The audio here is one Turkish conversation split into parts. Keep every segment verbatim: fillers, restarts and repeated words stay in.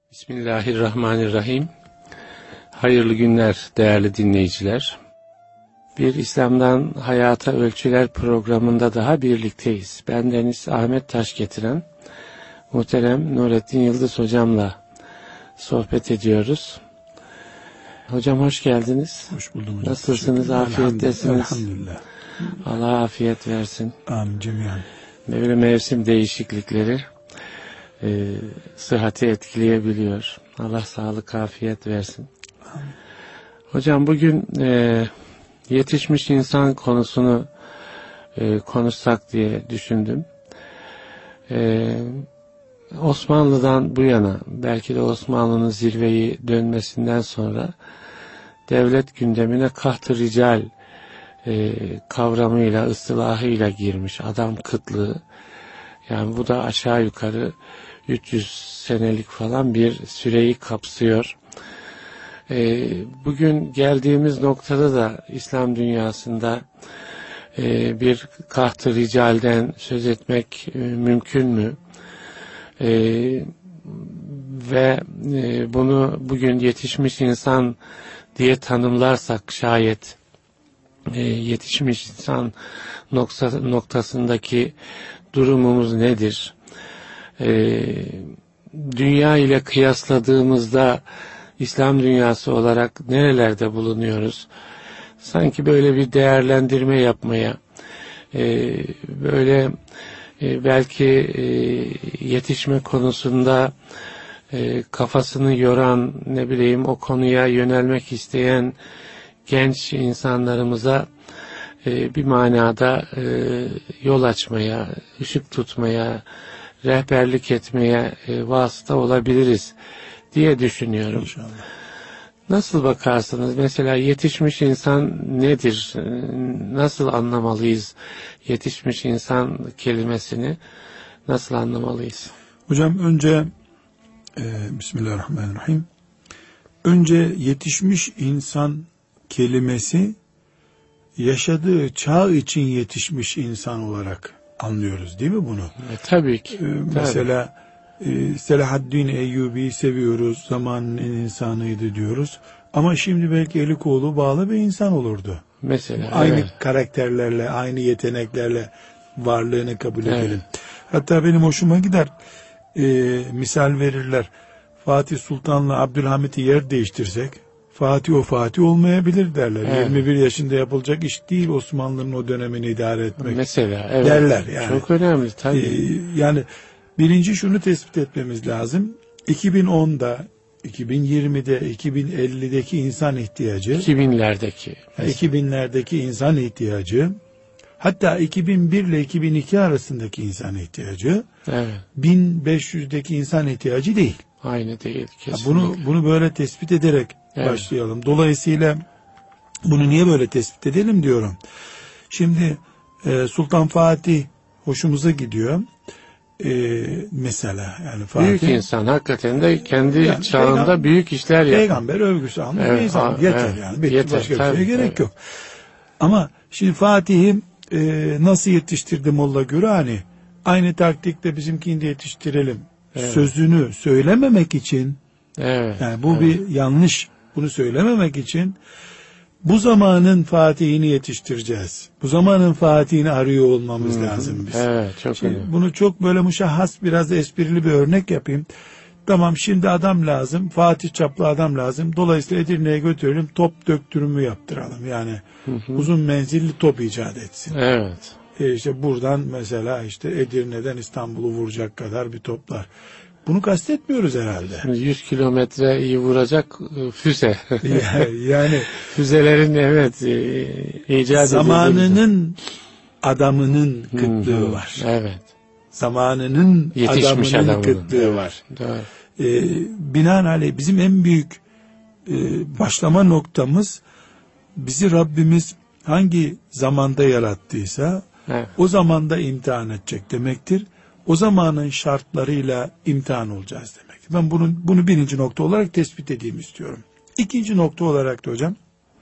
Bismillahirrahmanirrahim. Hayırlı günler değerli dinleyiciler. Bir İslam'dan Hayata Ölçüler programında daha birlikteyiz. Bendeniz Ahmet Taşgetiren, muhterem Nurettin Yıldız hocamla sohbet ediyoruz. Hocam hoş geldiniz. Hoş buldum hocam. Nasılsınız? Afiyettesiniz. Elhamdülillah. Allah afiyet versin. Amin cemiyen. Böyle mevsim değişiklikleri e, sıhhati etkileyebiliyor. Allah sağlık, afiyet versin. Amin. Hocam bugün e, yetişmiş insan konusunu e, konuşsak diye düşündüm. E, Osmanlı'dan bu yana, belki de Osmanlı'nın zirveyi dönmesinden sonra devlet gündemine kaht-ı rical e, kavramıyla, ıstılahıyla girmiş. Adam kıtlığı. Yani bu da aşağı yukarı üç yüz senelik falan bir süreyi kapsıyor. E, bugün geldiğimiz noktada da İslam dünyasında e, bir kaht-ı ricalden söz etmek e, mümkün mü? E, ve e, bunu bugün yetişmiş insan diye tanımlarsak şayet e, yetişmiş insan nokta, noktasındaki durumumuz nedir? E, dünya ile kıyasladığımızda İslam dünyası olarak nerelerde bulunuyoruz? Sanki böyle bir değerlendirme yapmaya, e, böyle e, belki e, yetişme konusunda e, kafasını yoran, ne bileyim o konuya yönelmek isteyen genç insanlarımıza e, bir manada e, yol açmaya, ışık tutmaya, rehberlik etmeye e, vasıta olabiliriz diye düşünüyorum. İnşallah. Nasıl bakarsınız? Mesela yetişmiş insan nedir? Nasıl anlamalıyız yetişmiş insan kelimesini? Nasıl anlamalıyız? Hocam önce e, Bismillahirrahmanirrahim. Önce yetişmiş insan kelimesi yaşadığı çağ için yetişmiş insan olarak anlıyoruz değil mi bunu? E, tabii ki. E, mesela e, Selahaddin Eyyubi'yi seviyoruz. Zamanın en insanıydı diyoruz. Ama şimdi belki eli kolu bağlı bir insan olurdu. Mesela. Aynı evet. karakterlerle, aynı yeteneklerle varlığını kabul Evet. edelim. Hatta benim hoşuma gider. E, misal verirler. Fatih Sultan'la Abdülhamit'i yer değiştirsek Fatih o Fatih olmayabilir derler. Evet. yirmi bir yaşında yapılacak iş değil Osmanlı'nın o dönemini idare etmek. Mesela. Evet. Derler yani. Çok önemli tabii. Ee, yani birinci şunu tespit etmemiz lazım. iki bin onda, iki bin yirmide, iki bin ellideki insan ihtiyacı, iki binlerdeki. iki binlerdeki insan ihtiyacı, hatta iki bin bir ile iki bin iki arasındaki insan ihtiyacı, Evet. bin beş yüzdeki insan ihtiyacı değil. Aynı değil kesinlikle. Bunu bunu böyle tespit ederek evet. başlayalım. Dolayısıyla bunu niye böyle tespit edelim diyorum. Şimdi e, Sultan Fatih hoşumuza gidiyor. E, mesela yani Fatih büyük insan hakikaten de kendi yani çağında peygamber, büyük işler yapıyor. Peygamber övgüsü almış evet, bir insan. a, Yeter evet, yani. Bitti, yeter, başka tabii, bir şeye gerek evet. yok. Ama şimdi Fatih'i e, nasıl yetiştirdi Molla Gürani? Aynı taktikte bizimkini de yetiştirelim. Evet. Sözünü söylememek için evet, yani bu evet. bir yanlış. Bunu söylememek için bu zamanın Fatih'ini yetiştireceğiz. Bu zamanın Fatih'ini arıyor olmamız hmm. lazım biz. Evet, çok şimdi önemli. Bunu çok böyle muşahhas biraz da esprili bir örnek yapayım. Tamam şimdi adam lazım. Fatih çaplı adam lazım. Dolayısıyla Edirne'ye götürelim. Top döktürümü yaptıralım. Yani hı hı. uzun menzilli top icat etsin. Evet. E işte buradan mesela işte Edirne'den İstanbul'u vuracak kadar bir toplar. Bunu kastetmiyoruz herhalde. yüz kilometreyi vuracak füze. yani füzelerin evet icat zamanının adamının kıtlığı Hı-hı. var. Evet. Zamanının yetişmiş adamının adamının kıtlığı evet. var. Doğru. Ee, binaenaleyh bizim en büyük e, başlama noktamız bizi Rabbimiz hangi zamanda yarattıysa evet. o zamanda imtihan edecek demektir. O zamanın şartlarıyla imtihan olacağız demektir. Ben bunu bunu birinci nokta olarak tespit edeyim istiyorum. İkinci nokta olarak da hocam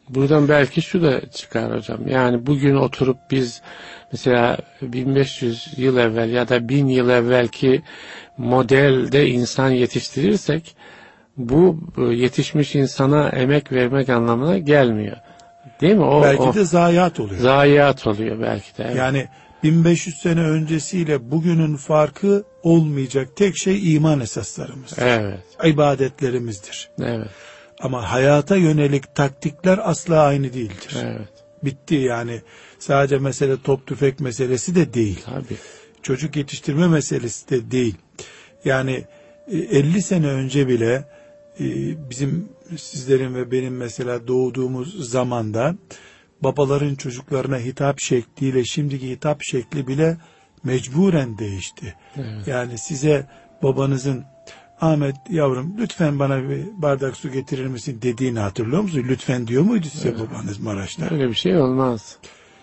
Buradan belki şu da çıkar hocam. Yani bugün oturup biz mesela bin beş yüz yıl evvel ya da bin yıl evvelki modelde insan yetiştirirsek bu yetişmiş insana emek vermek anlamına gelmiyor. Değil mi? O, belki o, de zayiat oluyor. Zayiat oluyor belki de. Evet. Yani bin beş yüz sene öncesiyle bugünün farkı olmayacak tek şey iman esaslarımızdır. Evet. İbadetlerimizdir. Evet. Ama hayata yönelik taktikler asla aynı değildir. Evet. Bitti yani. Sadece mesele top tüfek meselesi de değil. Tabii. Çocuk yetiştirme meselesi de değil. Yani elli sene önce bile bizim sizlerin ve benim mesela doğduğumuz zamanda babaların çocuklarına hitap şekliyle şimdiki hitap şekli bile mecburen değişti. Evet. Yani size babanızın Ahmet yavrum lütfen bana bir bardak su getirir misin dediğini hatırlıyor musun? Lütfen diyor muydu size evet. babanız Maraş'ta? Öyle bir şey olmaz.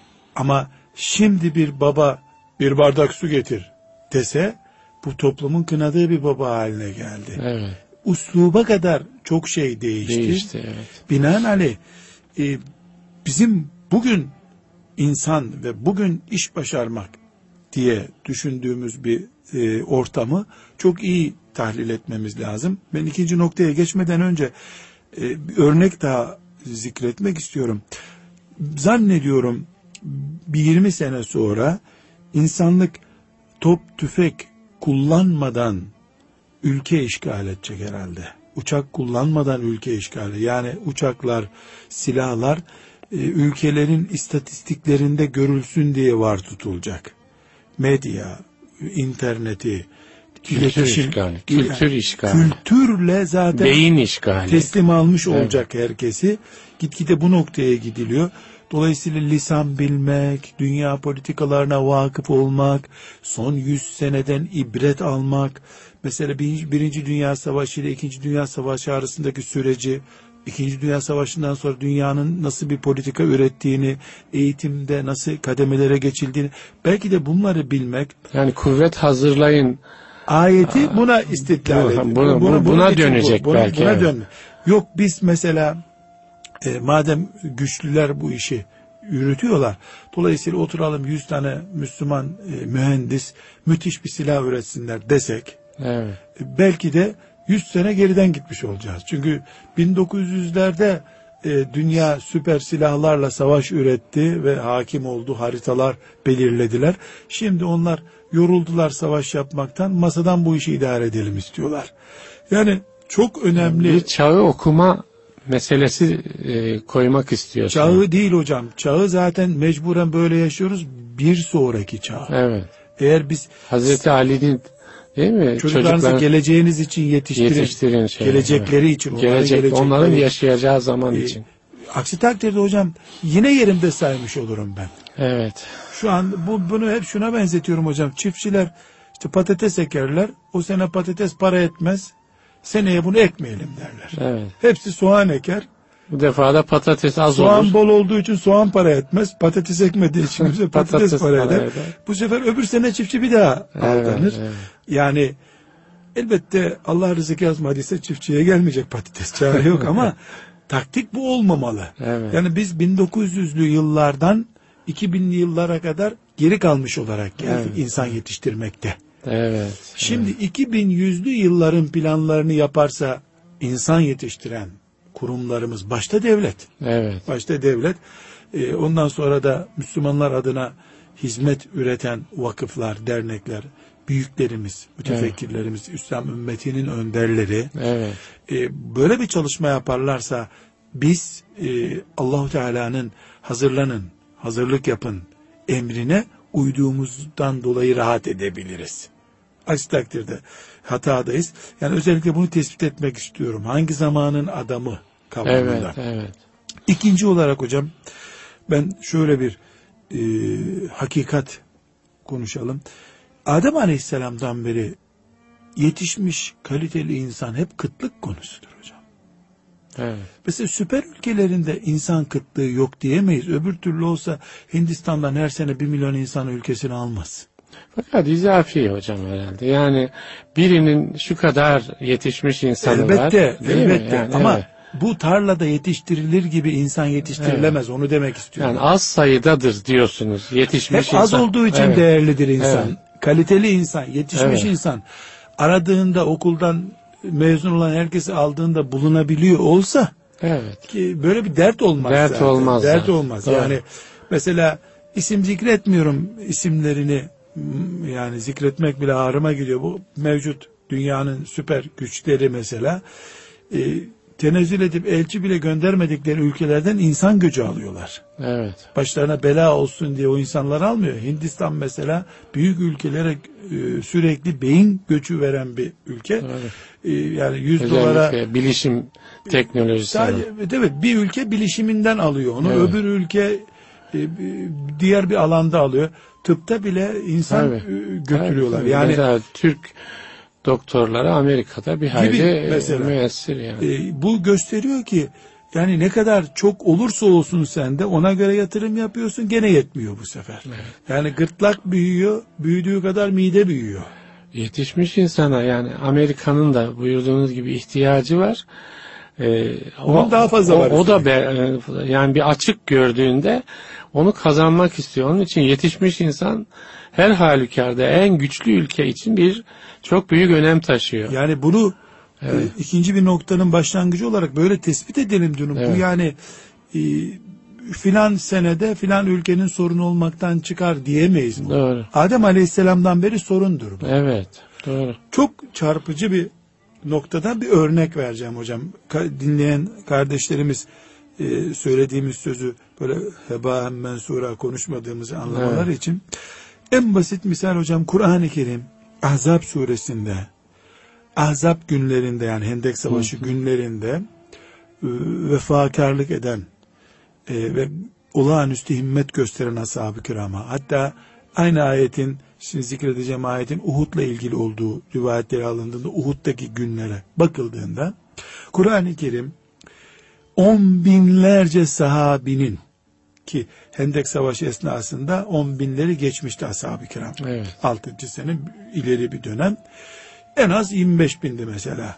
Ama şimdi bir baba bir bardak su getir dese bu toplumun kınadığı bir baba haline geldi. Evet. Usluba kadar çok şey değişti. Değişti evet. Binaenaleyh e, bizim bugün insan ve bugün iş başarmak diye düşündüğümüz bir e, ortamı çok iyi tahlil etmemiz lazım. Ben ikinci noktaya geçmeden önce e, bir örnek daha zikretmek istiyorum. Zannediyorum bir yirmi sene sonra insanlık top tüfek kullanmadan ülke işgal edecek herhalde. Uçak kullanmadan ülke işgali. Yani uçaklar, silahlar e, ülkelerin istatistiklerinde görülsün diye var tutulacak. Medya, interneti, kültür iletişim, işgali, kültür yani, işgali. Kültürle zaten beyin işgali. Teslim almış olacak evet. herkesi. Gitgide bu noktaya gidiliyor. Dolayısıyla lisan bilmek, dünya politikalarına vakıf olmak, son yüz seneden ibret almak, mesela Birinci Dünya Savaşı ile İkinci Dünya Savaşı arasındaki süreci, İkinci Dünya Savaşı'ndan sonra dünyanın nasıl bir politika ürettiğini, eğitimde nasıl kademelere geçildiğini, belki de bunları bilmek. Yani kuvvet hazırlayın. Ayeti buna istidlal ediyor. Buna, buna, buna dönecek buna, belki. Buna evet. dönme. Yok biz mesela e, madem güçlüler bu işi yürütüyorlar. Dolayısıyla oturalım yüz tane Müslüman e, mühendis müthiş bir silah üretsinler desek. Evet. E, belki de yüz sene geriden gitmiş olacağız. Çünkü bin dokuz yüzlerde e, dünya süper silahlarla savaş üretti ve hakim oldu, haritalar belirlediler. Şimdi onlar yoruldular savaş yapmaktan, masadan bu işi idare edelim istiyorlar. Yani çok önemli. Bir çağı okuma meselesi e, koymak istiyorsun. Çağı değil hocam. Çağı zaten mecburen böyle yaşıyoruz. Bir sonraki çağ. Evet. Eğer biz Hazreti Ali'nin değil mi? Çocuklarınızı Çocuklar, geleceğiniz için yetiştirin. yetiştirin şey, gelecekleri evet. için. Gelecek, onların, gelecekleri, onların yaşayacağı zaman e, için. Aksi takdirde hocam yine yerimde saymış olurum ben. Evet. Şu an bu bunu hep şuna benzetiyorum hocam. Çiftçiler işte patates ekerler. O sene patates para etmez. Seneye bunu ekmeyelim derler. Evet. Hepsi soğan eker. Bu defa da patates az soğan olur. Soğan bol olduğu için soğan para etmez. Patates ekmediği için patates, patates para, para eder. eder. Bu sefer öbür sene çiftçi bir daha evet, aldanır. Evet. Yani elbette Allah rızık yazmadıysa çiftçiye gelmeyecek patates. Çare yok ama taktik bu olmamalı. Evet. Yani biz bin dokuz yüzlü yıllardan iki binli yıllara kadar geri kalmış olarak geldik evet. insan yetiştirmekte. Evet. Şimdi evet. iki bin yüzlü yılların planlarını yaparsa insan yetiştiren kurumlarımız başta devlet. Evet. Başta devlet. Ee, ondan sonra da Müslümanlar adına hizmet üreten vakıflar, dernekler, büyüklerimiz, mütefekkirlerimiz, evet. İslam ümmetinin önderleri. Evet. E, böyle bir çalışma yaparlarsa biz e, Allahu Teala'nın hazırlanın, hazırlık yapın emrine uyduğumuzdan dolayı rahat edebiliriz. Aksi takdirde hatadayız. Yani özellikle bunu tespit etmek istiyorum. Hangi zamanın adamı kavramında. Evet, evet. İkinci olarak hocam ben şöyle bir e, hakikat konuşalım. Adem Aleyhisselam'dan beri yetişmiş kaliteli insan hep kıtlık konusudur hocam. Evet. Mesela süper ülkelerinde insan kıtlığı yok diyemeyiz. Öbür türlü olsa Hindistan'dan her sene bir milyon insan ülkesine almaz. Fakat izafi hocam herhalde. Yani birinin şu kadar yetişmiş insanı elbette, var. Elbette. Yani, ama evet. bu tarlada yetiştirilir gibi insan yetiştirilemez. Evet. Onu demek istiyorum. Yani az sayıdadır diyorsunuz. Yetişmiş Hep insan. az olduğu için evet. değerlidir insan. Evet. Kaliteli insan, yetişmiş evet. insan. Aradığında okuldan mezun olan herkesi aldığında bulunabiliyor olsa evet. ki böyle bir dert olmaz. Dert zaten. olmaz. Dert zaten. olmaz. Doğru. Yani mesela isim zikretmiyorum, isimlerini yani zikretmek bile ağrıma gidiyor. Bu mevcut dünyanın süper güçleri mesela e, tenezzül edip elçi bile göndermedikleri ülkelerden insan göcü alıyorlar. Evet. Başlarına bela olsun diye o insanları almıyor. Hindistan mesela büyük ülkelere e, sürekli beyin göçü veren bir ülke. E, yani yüz dolara bilişim teknolojisi. Sadece, evet, bir ülke bilişiminden alıyor onu. Evet. Öbür ülke e, diğer bir alanda alıyor. Tıpta bile insan evet. götürüyorlar. Evet. Yani mesela Türk doktorları Amerika'da bir hayli müessir yani. E, bu gösteriyor ki yani ne kadar çok olursa olsun sen de ona göre yatırım yapıyorsun, gene yetmiyor bu sefer. Evet. Yani gırtlak büyüyor, büyüdüğü kadar mide büyüyor. Yetişmiş insana yani Amerika'nın da buyurduğunuz gibi ihtiyacı var. Ee, Onun o, daha fazla o, var. O da be, yani bir açık gördüğünde onu kazanmak istiyor. Onun için yetişmiş insan her halükarda en güçlü ülke için bir çok büyük önem taşıyor. Yani bunu evet. e, ikinci bir noktanın başlangıcı olarak böyle tespit edelim diyorum. Evet. Bu yani e, filan senede filan ülkenin sorunu olmaktan çıkar diyemeyiz. Bu. Doğru. Adem Aleyhisselam'dan beri sorundur bu. Evet. Doğru. Çok çarpıcı bir noktadan bir örnek vereceğim hocam. Dinleyen kardeşlerimiz e, söylediğimiz sözü böyle heba mensura konuşmadığımızı anlamaları evet. için en basit misal hocam, Kur'an-ı Kerim Ahzab suresinde, Ahzab günlerinde yani Hendek Savaşı hı hı. günlerinde e, vefakarlık eden e, ve olağanüstü himmet gösteren ashab-ı kirama, hatta aynı ayetin, şimdi zikredeceğim ayetin Uhud'la ilgili olduğu rivayetleri alındığında Uhud'daki günlere bakıldığında Kur'an-ı Kerim on binlerce sahabinin, ki Hendek Savaşı esnasında on binleri geçmişti ashab-ı kiram. Evet. altıncı sene ileri bir dönem. En az yirmi beş bindi mesela.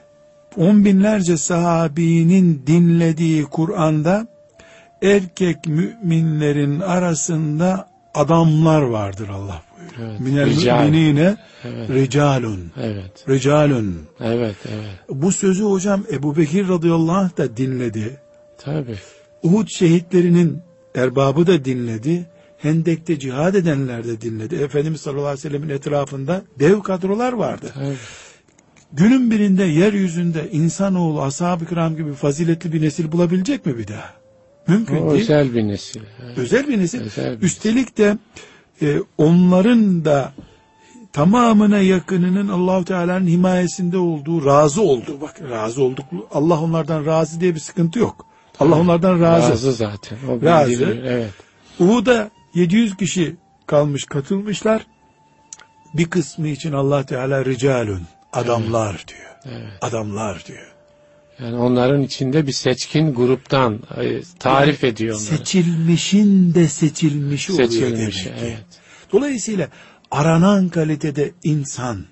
On binlerce sahabinin dinlediği Kur'an'da erkek müminlerin arasında adamlar vardır Allah buyuruyor. Evet. Minel müminine evet. ricalun. Evet. Ricalun. Evet, evet. Bu sözü hocam Ebu Bekir radıyallahu anh da dinledi. Tabii. Uhud şehitlerinin erbabı da dinledi. Hendek'te cihad edenler de dinledi. Efendimiz sallallahu aleyhi ve sellemin etrafında dev kadrolar vardı. Tabii. Günün birinde yeryüzünde insanoğlu ashab-ı kiram gibi faziletli bir nesil bulabilecek mi bir daha? Mümkün o değil. Özel bir nesil. Evet. Özel bir nesil. Özel bir Üstelik de e, onların da tamamına yakınının Allah-u Teala'nın himayesinde olduğu, razı olduğu, bak razı olduk. Allah onlardan razı diye bir sıkıntı yok. Allah evet. onlardan razı. Razı zaten. O razı. Evet. Uhud'a yedi yüz kişi kalmış, katılmışlar. Bir kısmı için Allah Teala ricalun, adamlar evet. diyor. Evet. Adamlar diyor. Yani onların içinde bir seçkin gruptan tarif yani ediyor onları. Seçilmişin de seçilmişi oluyor Seçilmiş, demek ki. Evet. Dolayısıyla aranan kalitede insan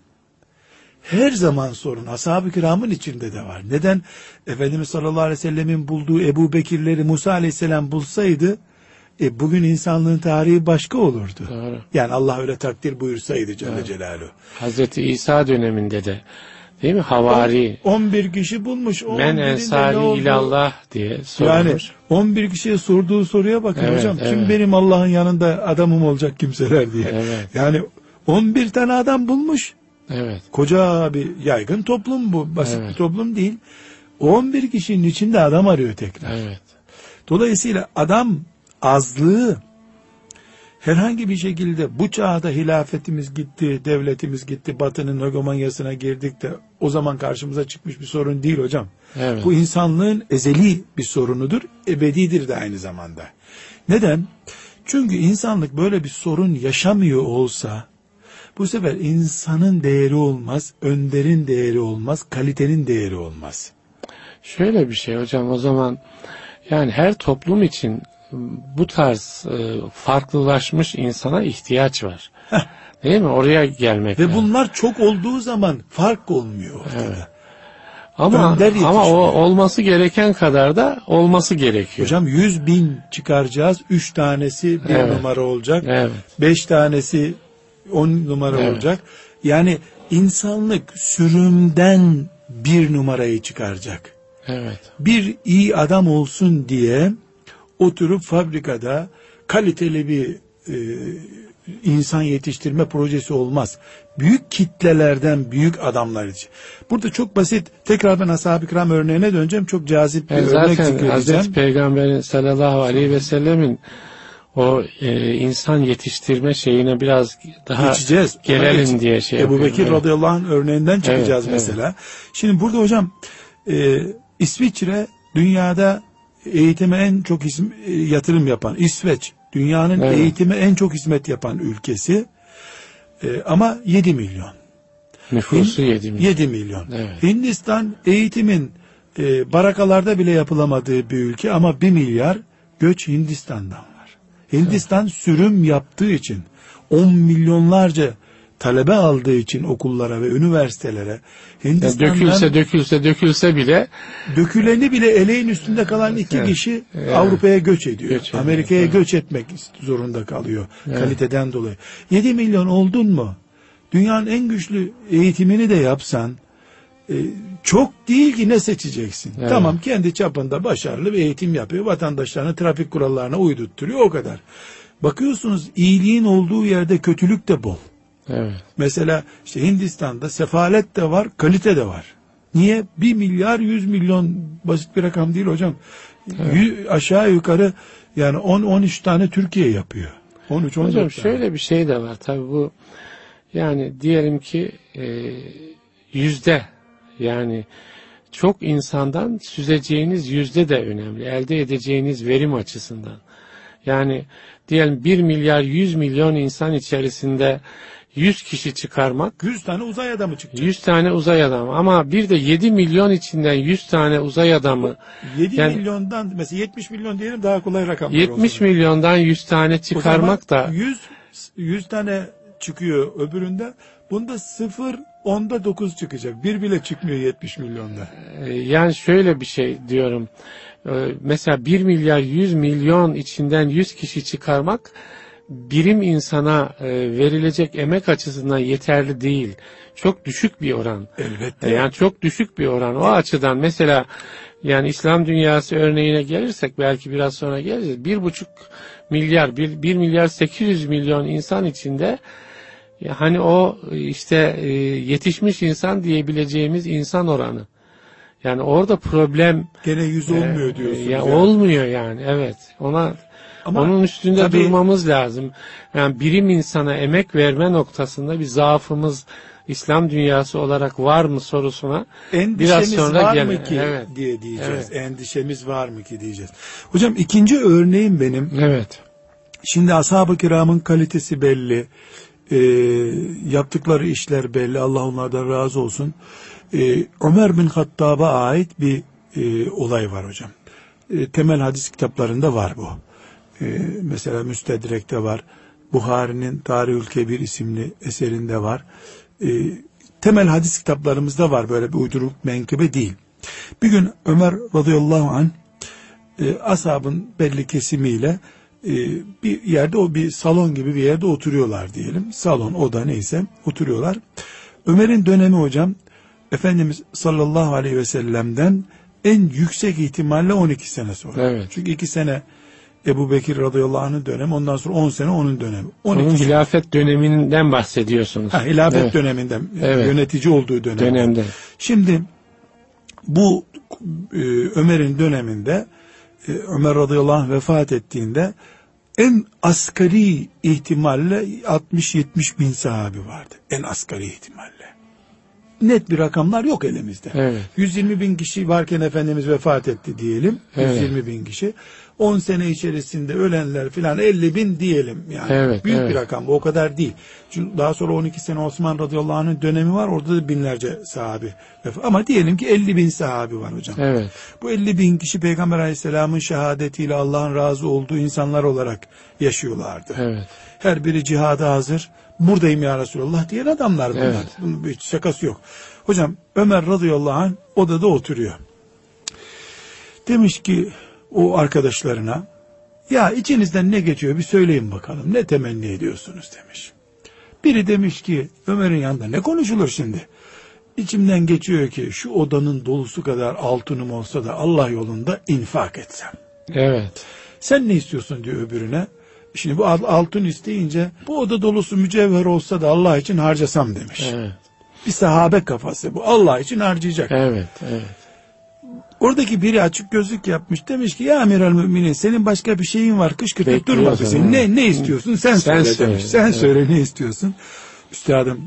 her zaman sorun. Ashab-ı kiramın içinde de var. Neden? Efendimiz sallallahu aleyhi ve sellemin bulduğu Ebu Bekirleri Musa aleyhisselam bulsaydı e, bugün insanlığın tarihi başka olurdu. Doğru. Yani Allah öyle takdir buyursaydı Celle evet. Celaluhu. Hazreti İsa döneminde de değil mi? Havari. on bir kişi bulmuş. Men ensari ilallah diye sormuş. Yani on bir kişiye sorduğu soruya bakın evet, hocam. Evet. Kim benim Allah'ın yanında adamım olacak kimseler diye. Evet. Yani on bir tane adam bulmuş. Evet. Koca bir yaygın toplum bu. Basit evet. bir toplum değil. on bir kişinin içinde adam arıyor tekrar. Evet. Dolayısıyla adam azlığı herhangi bir şekilde bu çağda hilafetimiz gitti, devletimiz gitti, Batı'nın hegemonyasına girdik de o zaman karşımıza çıkmış bir sorun değil hocam. Evet. Bu insanlığın ezeli bir sorunudur, ebedidir de aynı zamanda. Neden? Çünkü insanlık böyle bir sorun yaşamıyor olsa bu sefer insanın değeri olmaz, önderin değeri olmaz, kalitenin değeri olmaz. Şöyle bir şey hocam, o zaman yani her toplum için bu tarz e, farklılaşmış insana ihtiyaç var. Heh. Değil mi? Oraya gelmek Ve lazım. bunlar çok olduğu zaman fark olmuyor ortada. Evet. Ama, ama o olması gereken kadar da olması gerekiyor. Hocam yüz bin çıkaracağız. üç tanesi bir evet. numara olacak. Evet. beş tanesi on numara evet. olacak. Yani insanlık sürümden bir numarayı çıkaracak. Evet. Bir iyi adam olsun diye oturup fabrikada kaliteli bir e, insan yetiştirme projesi olmaz. Büyük kitlelerden büyük adamlar için. Burada çok basit, tekrar ben ashab-ı kiram örneğine döneceğim. Çok cazip bir ben örnek zikredeceğim. Zaten Hazreti Peygamberin sallallahu aleyhi ve sellemin o e, insan yetiştirme şeyine biraz daha geçeceğiz. Gelelim geç. diye şey Ebu Bekir evet. radıyallahu anh örneğinden çıkacağız evet, mesela. Evet. Şimdi burada hocam e, İsviçre dünyada eğitime en çok isim, e, yatırım yapan, İsveç dünyanın evet. eğitime en çok hizmet yapan ülkesi. E, ama yedi milyon. Nüfusu yedi milyon. yedi milyon. Evet. Hindistan eğitimin e, barakalarda bile yapılamadığı bir ülke ama bir milyar göç Hindistan'dan var. Hindistan evet. sürüm yaptığı için on milyonlarca talebe aldığı için okullara ve üniversitelere Hindistan'dan yani dökülse dökülse dökülse bile döküleni bile eleğin üstünde kalan iki evet. kişi evet. Avrupa'ya göç ediyor. Göç Amerika'ya evet. göç etmek zorunda kalıyor evet. kaliteden dolayı. yedi milyon oldun mu? Dünyanın en güçlü eğitimini de yapsan e, çok değil ki ne seçeceksin? Evet. Tamam kendi çapında başarılı bir eğitim yapıyor. Vatandaşlarını trafik kurallarına uydurtturuyor o kadar. Bakıyorsunuz iyiliğin olduğu yerde kötülük de bol. Evet. Mesela işte Hindistan'da sefalet de var, kalite de var. Niye? Bir milyar yüz milyon basit bir rakam değil hocam. Evet. Yüz, aşağı yukarı yani on on üç tane Türkiye yapıyor. on üç on dört hocam tane. Şöyle bir şey de var tabii bu yani diyelim ki e, yüzde yani çok insandan süzeceğiniz yüzde de önemli. Elde edeceğiniz verim açısından. Yani diyelim bir milyar yüz milyon insan içerisinde yüz kişi çıkarmak. yüz tane uzay adamı çıkacak. yüz tane uzay adamı. Ama bir de yedi milyon içinden yüz tane uzay adamı. yedi yani, milyondan mesela yetmiş milyon diyelim daha kolay rakamlar yetmiş milyondan yüz tane çıkarmak da. yüz, yüz tane çıkıyor öbüründe. Bunda sıfır onda dokuz çıkacak. Bir bile çıkmıyor yetmiş milyonda. Yani şöyle bir şey diyorum. Mesela bir milyar yüz milyon içinden yüz kişi çıkarmak birim insana e, verilecek emek açısından yeterli değil. Çok düşük bir oran. Elbette. Yani çok düşük bir oran. O açıdan mesela yani İslam dünyası örneğine gelirsek belki biraz sonra geleceğiz. Bir buçuk milyar, bir, bir milyar sekiz yüz milyon insan içinde hani o işte e, yetişmiş insan diyebileceğimiz insan oranı. Yani orada problem gene yüz olmuyor diyorsunuz. E, ya yani. Olmuyor yani evet. Ona Ama onun üstünde tabii, durmamız lazım. Yani birim insana emek verme noktasında bir zaafımız İslam dünyası olarak var mı sorusuna biraz sonra var gel- mı ki evet. diye diyeceğiz. Evet. Endişemiz var mı ki diyeceğiz. Hocam ikinci örneğim benim. Evet. Şimdi ashab-ı kiramın kalitesi belli. E, yaptıkları işler belli. Allah onlardan razı olsun. E, Ömer bin Hattab'a ait bir e, olay var hocam. E, temel hadis kitaplarında var bu. Ee, mesela Müstedrek'te var. Buhari'nin Tarihül Kebir isimli eserinde var. Ee, temel hadis kitaplarımızda var. Böyle bir uyduruk menkıbe değil. Bir gün Ömer radıyallahu anh e, ashabın belli kesimiyle e, bir yerde o bir salon gibi bir yerde oturuyorlar diyelim. Salon, oda neyse oturuyorlar. Ömer'in dönemi hocam Efendimiz sallallahu aleyhi ve sellem'den en yüksek ihtimalle on iki sene sonra. Evet. Çünkü iki sene Ebu Bekir radıyallahu anh'ın dönemi, ondan sonra on sene onun dönemi. Onun hilafet döneminden bahsediyorsunuz. Ha, hilafet evet. döneminden, evet. yönetici olduğu dönem. Dönemde. Şimdi bu e, Ömer'in döneminde e, Ömer radıyallahu anh vefat ettiğinde en asgari ihtimalle altmış yetmiş bin sahabi vardı. En asgari ihtimalle. Net bir rakamlar yok elimizde. Evet. yüz yirmi bin kişi varken Efendimiz vefat etti diyelim. Evet. yüz yirmi bin kişi. on sene içerisinde ölenler filan elli bin diyelim. Yani evet, büyük evet. bir rakam. O kadar değil. Çünkü daha sonra on iki sene Osman radıyallahu anh'ın dönemi var. Orada da binlerce sahabi. Ama diyelim ki elli bin sahabi var hocam. Evet. Bu elli bin kişi Peygamber aleyhisselamın şehadetiyle Allah'ın razı olduğu insanlar olarak yaşıyorlardı. Evet. Her biri cihada hazır. Buradayım ya Resulallah diyen adamlar bunlar. Evet. Bunun bir şakası yok. Hocam Ömer radıyallahu anh odada oturuyor. Demiş ki o arkadaşlarına, ya içinizden ne geçiyor bir söyleyin bakalım, ne temenni ediyorsunuz demiş. Biri demiş ki Ömer'in yanında ne konuşulur şimdi? İçimden geçiyor ki şu odanın dolusu kadar altınım olsa da Allah yolunda infak etsem. Evet. Sen ne istiyorsun diyor öbürüne. Şimdi bu altın isteyince bu oda dolusu mücevher olsa da Allah için harcasam demiş. Evet. Bir sahabe kafası bu. Allah için harcayacak. Evet, evet. Oradaki biri açık gözlük yapmış. Demiş ki ya amiral müminin senin başka bir şeyin var. Kışkırtıp durma bizi. Ne, ne istiyorsun? Sen, sen söyle, söyle demiş. Sen evet. söyle ne istiyorsun? Üstadım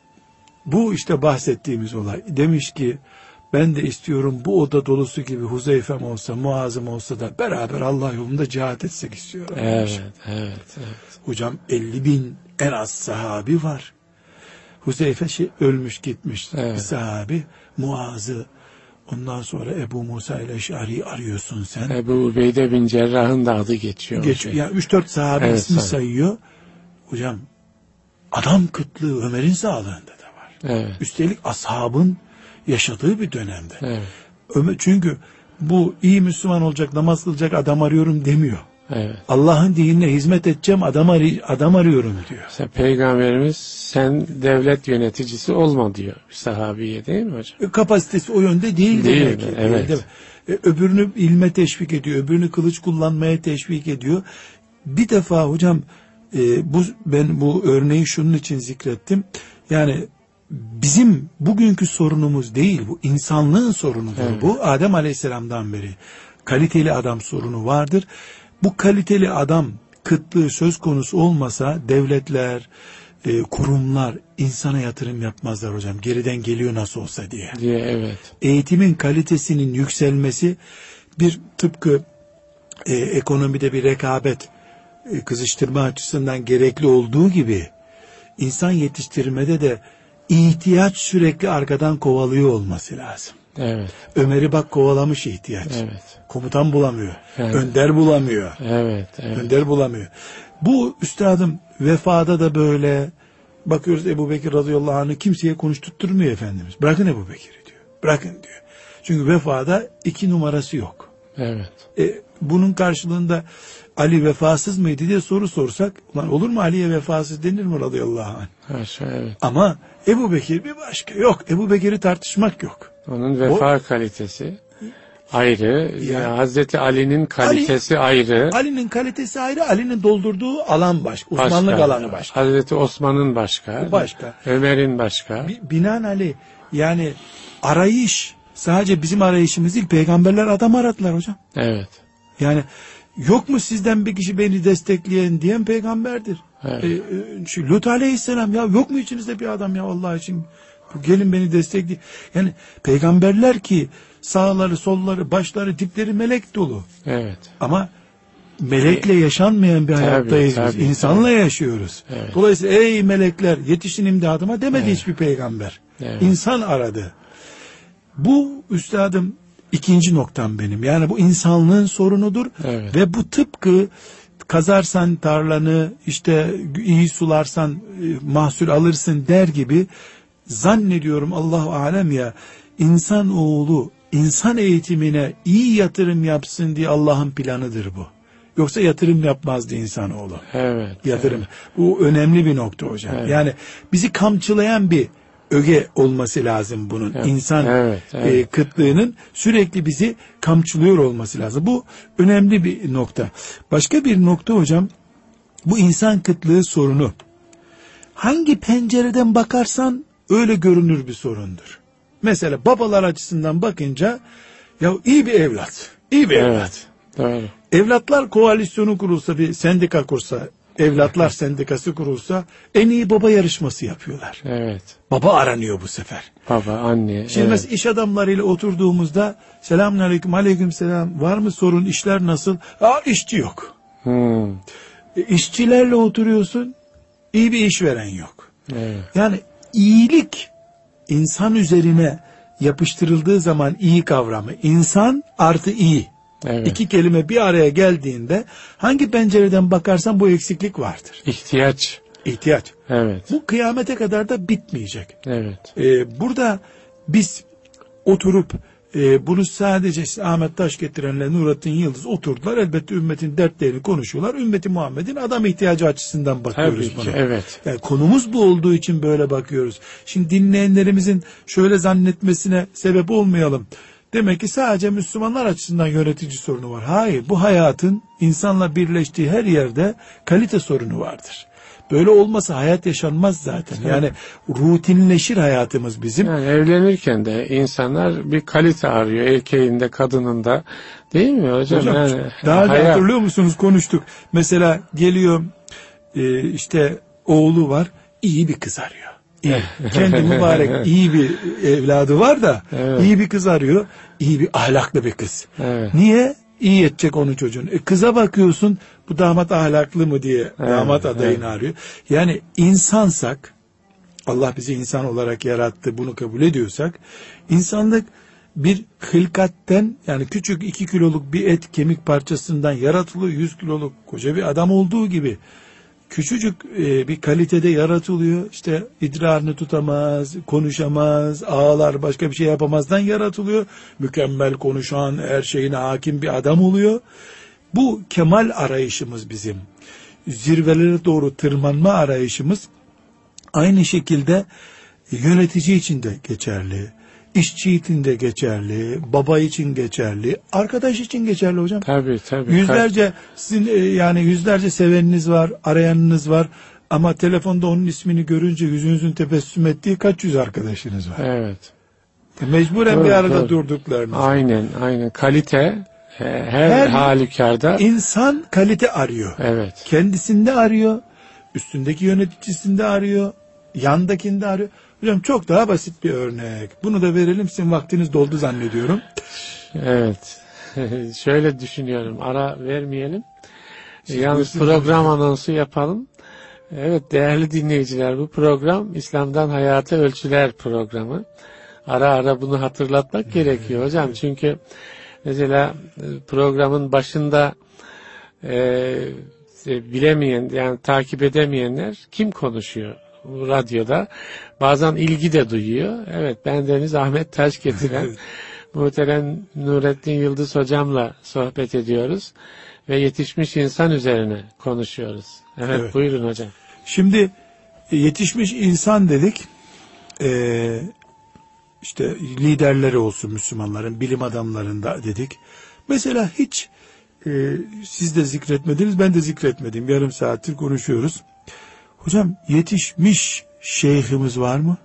bu işte bahsettiğimiz olay. Demiş ki ben de istiyorum bu oda dolusu gibi Huzeyfem olsa, Muaz'ım olsa da beraber Allah yolunda cihat etsek istiyorum. Evet, demiş. evet, evet. Hocam elli bin en az sahabi var. Huzeyfe şey, ölmüş gitmiş evet. bir sahabi. Muaz'ı, ondan sonra Ebu Musa ile Eş'ari'yi arıyorsun sen. Ebu Ubeyde bin Cerrah'ın da adı geçiyor. Geçiyor. Yani üç dört sahabe evet, ismi sayıyor. Hocam adam kıtlığı Ömer'in sağlığında da var. Evet. Üstelik ashabın yaşadığı bir dönemde. Evet. Ömer, çünkü bu iyi Müslüman olacak, namaz kılacak adam arıyorum demiyor. Evet. Allah'ın dinine hizmet edeceğim adam, arı, adam arıyorum diyor. Sen, Peygamberimiz sen devlet yöneticisi olma diyor sahabiye, değil mi hocam? Kapasitesi o yönde değil, değil demek ki. Evet. Değil mi? Öbürünü ilme teşvik ediyor, öbürünü kılıç kullanmaya teşvik ediyor. Bir defa hocam e, bu ben bu örneği şunun için zikrettim. Yani bizim bugünkü sorunumuz değil, bu insanlığın sorunudur. Evet. Bu Adem Aleyhisselam'dan beri kaliteli adam sorunu vardır. Bu kaliteli adam kıtlığı söz konusu olmasa devletler, e, kurumlar insana yatırım yapmazlar hocam. Geriden geliyor nasıl olsa diye. diye evet. Eğitimin kalitesinin yükselmesi bir tıpkı e, ekonomide bir rekabet e, kızıştırma açısından gerekli olduğu gibi insan yetiştirmede de ihtiyaç sürekli arkadan kovalıyor olması lazım. Evet. Ömer'i bak kovalamış ihtiyaç. Evet. Komutan bulamıyor. Evet. Önder bulamıyor. Evet, evet. Önder bulamıyor. Bu üstadım vefada da böyle. Bakıyoruz Ebu Bekir radıyallahu anh'ı kimseye konuşturtmuyor Efendimiz. Bırakın Ebu Bekir'i diyor. Bırakın diyor. Çünkü vefada iki numarası yok. Evet. E, bunun karşılığında Ali vefasız mıydı diye soru sorsak, ulan olur mu Ali'ye vefasız denir mi radıyallahu anh? Haşa, evet. Ama Ebu Bekir bir başka. Yok, Ebu Bekir'i tartışmak yok. Onun vefa o, kalitesi ayrı. Yani, yani Hazreti Ali'nin kalitesi Ali, ayrı. Ali'nin kalitesi ayrı. Ali'nin doldurduğu alan başka. Osmanlık başka, alanı başka. Hazreti Osman'ın başka. Başka. Ömer'in başka. Binaenaleyh yani arayış sadece bizim arayışımız değil. Peygamberler adam aradılar hocam. Evet. Yani yok mu sizden bir kişi beni destekleyen diyen peygamberdir. Evet. Ee, şu Lut aleyhisselam ya yok mu içinizde bir adam ya Allah için gelin beni destekleyin. Yani peygamberler ki sağları, solları, başları, dipleri melek dolu. Evet. Ama melekle yaşanmayan bir tabii, hayattayız tabii, biz. İnsanla tabii. yaşıyoruz. Evet. Dolayısıyla ey melekler yetişin imdadıma demedi evet. hiçbir peygamber. Evet. İnsan aradı. Bu üstadım ikinci noktam benim. Yani bu insanlığın sorunudur. Evet. Ve bu tıpkı kazarsan tarlanı işte iyi sularsan e, mahsul alırsın der gibi zannediyorum Allahu alem ya insan oğlu insan eğitimine iyi yatırım yapsın diye Allah'ın planıdır bu. Yoksa yatırım yapmazdı insanoğlu. Evet. Yatırım. Evet. Bu önemli bir nokta hocam. Evet. Yani bizi kamçılayan bir öge olması lazım bunun. Evet. İnsan evet, evet. E, kıtlığının sürekli bizi kamçılıyor olması lazım. Bu önemli bir nokta. Başka bir nokta hocam, bu insan kıtlığı sorunu. Hangi pencereden bakarsan öyle görünür bir sorundur. Mesela babalar açısından bakınca ya iyi bir evlat, iyi bir evet, evlat. Doğru. Evlatlar koalisyonu kurulsa, bir sendika kursa, evlatlar sendikası kurulsa en iyi baba yarışması yapıyorlar. Evet. Baba aranıyor bu sefer. Baba, anne. Şimdi evet. mesela iş adamlarıyla oturduğumuzda selamünaleyküm, aleykümselam, var mı sorun, işler nasıl? Aa işçi yok. Hmm. E, işçilerle oturuyorsun, iyi bir işveren yok. Evet. Yani iyilik insan üzerine yapıştırıldığı zaman iyi kavramı, insan artı iyi. Evet. İki kelime bir araya geldiğinde hangi pencereden bakarsan bu eksiklik vardır. İhtiyaç. İhtiyaç. Evet. Bu kıyamete kadar da bitmeyecek. Evet. Ee, burada biz oturup e, bunu sadece işte Ahmet Taş getirenler, Nurattin Yıldız oturdular. Elbette ümmetin dertlerini konuşuyorlar. Ümmeti Muhammed'in adam ihtiyacı açısından bakıyoruz Tabii buna. ki, evet. Yani konumuz bu olduğu için böyle bakıyoruz. Şimdi dinleyenlerimizin şöyle zannetmesine sebep olmayalım. Demek ki sadece Müslümanlar açısından yönetici sorunu var. Hayır, bu hayatın insanla birleştiği her yerde kalite sorunu vardır. Böyle olmasa hayat yaşanmaz zaten. Yani rutinleşir hayatımız bizim. Yani evlenirken de insanlar bir kalite arıyor. Erkeğinde, kadınında. Değil mi hocam? Hocam yani, daha hayat... da hatırlıyor musunuz, konuştuk. Mesela geliyor e, işte oğlu var, iyi bir kız arıyor. İyi. Kendi mübarek iyi bir evladı var da evet. iyi bir kız arıyor. İyi bir ahlaklı bir kız. Evet. Niye? İyi edecek onu çocuğun. E, kıza bakıyorsun, bu damat ahlaklı mı diye evet, damat adayını evet. arıyor. Yani insansak, Allah bizi insan olarak yarattı, bunu kabul ediyorsak, insanlık bir hılkatten, yani küçük iki kiloluk bir et kemik parçasından yaratılıyor, yüz kiloluk koca bir adam olduğu gibi küçücük e, bir kalitede yaratılıyor. İşte idrarını tutamaz, konuşamaz, ağlar, başka bir şey yapamazdan yaratılıyor. Mükemmel konuşan, her şeyine hakim bir adam oluyor. Bu kemal arayışımız bizim. Zirvelere doğru tırmanma arayışımız aynı şekilde yönetici için de geçerli. İşçi için de geçerli, baba için geçerli, arkadaş için geçerli hocam. Tabii tabii. Yüzlerce sizin yani yüzlerce seveniniz var, arayanınız var ama telefonda onun ismini görünce yüzünüzün tebessüm ettiği kaç yüz arkadaşınız var. Evet. Mecburen doğru, bir arada doğru. durduklarınız. Aynen, aynen. Kalite her, her halükarda. İnsan kalite arıyor. Evet. Kendisinde arıyor, üstündeki yöneticisinde arıyor, yandakinde arıyor. Hocam çok daha basit bir örnek. Bunu da verelim, sizin vaktiniz doldu zannediyorum. Evet. Şöyle düşünüyorum. Ara vermeyelim. Siz Yalnız program anonsu yapalım. Evet değerli dinleyiciler, bu program İslam'dan Hayata Ölçüler programı. Ara ara bunu hatırlatmak evet, gerekiyor hocam. Evet. Çünkü mesela programın başında e, bilemeyen, yani takip edemeyenler kim konuşuyor? Radyoda bazen ilgi de duyuyor. Evet, bendeniz Ahmet Taş getiren muhterem Nurettin Yıldız hocamla sohbet ediyoruz ve yetişmiş insan üzerine konuşuyoruz. Evet, evet. Buyurun hocam. Şimdi yetişmiş insan dedik. Ee, işte liderleri olsun Müslümanların, bilim adamlarında dedik. Mesela hiç e, siz de zikretmediniz, ben de zikretmedim. Yarım saattir konuşuyoruz. Hocam yetişmiş şeyhimiz var mı?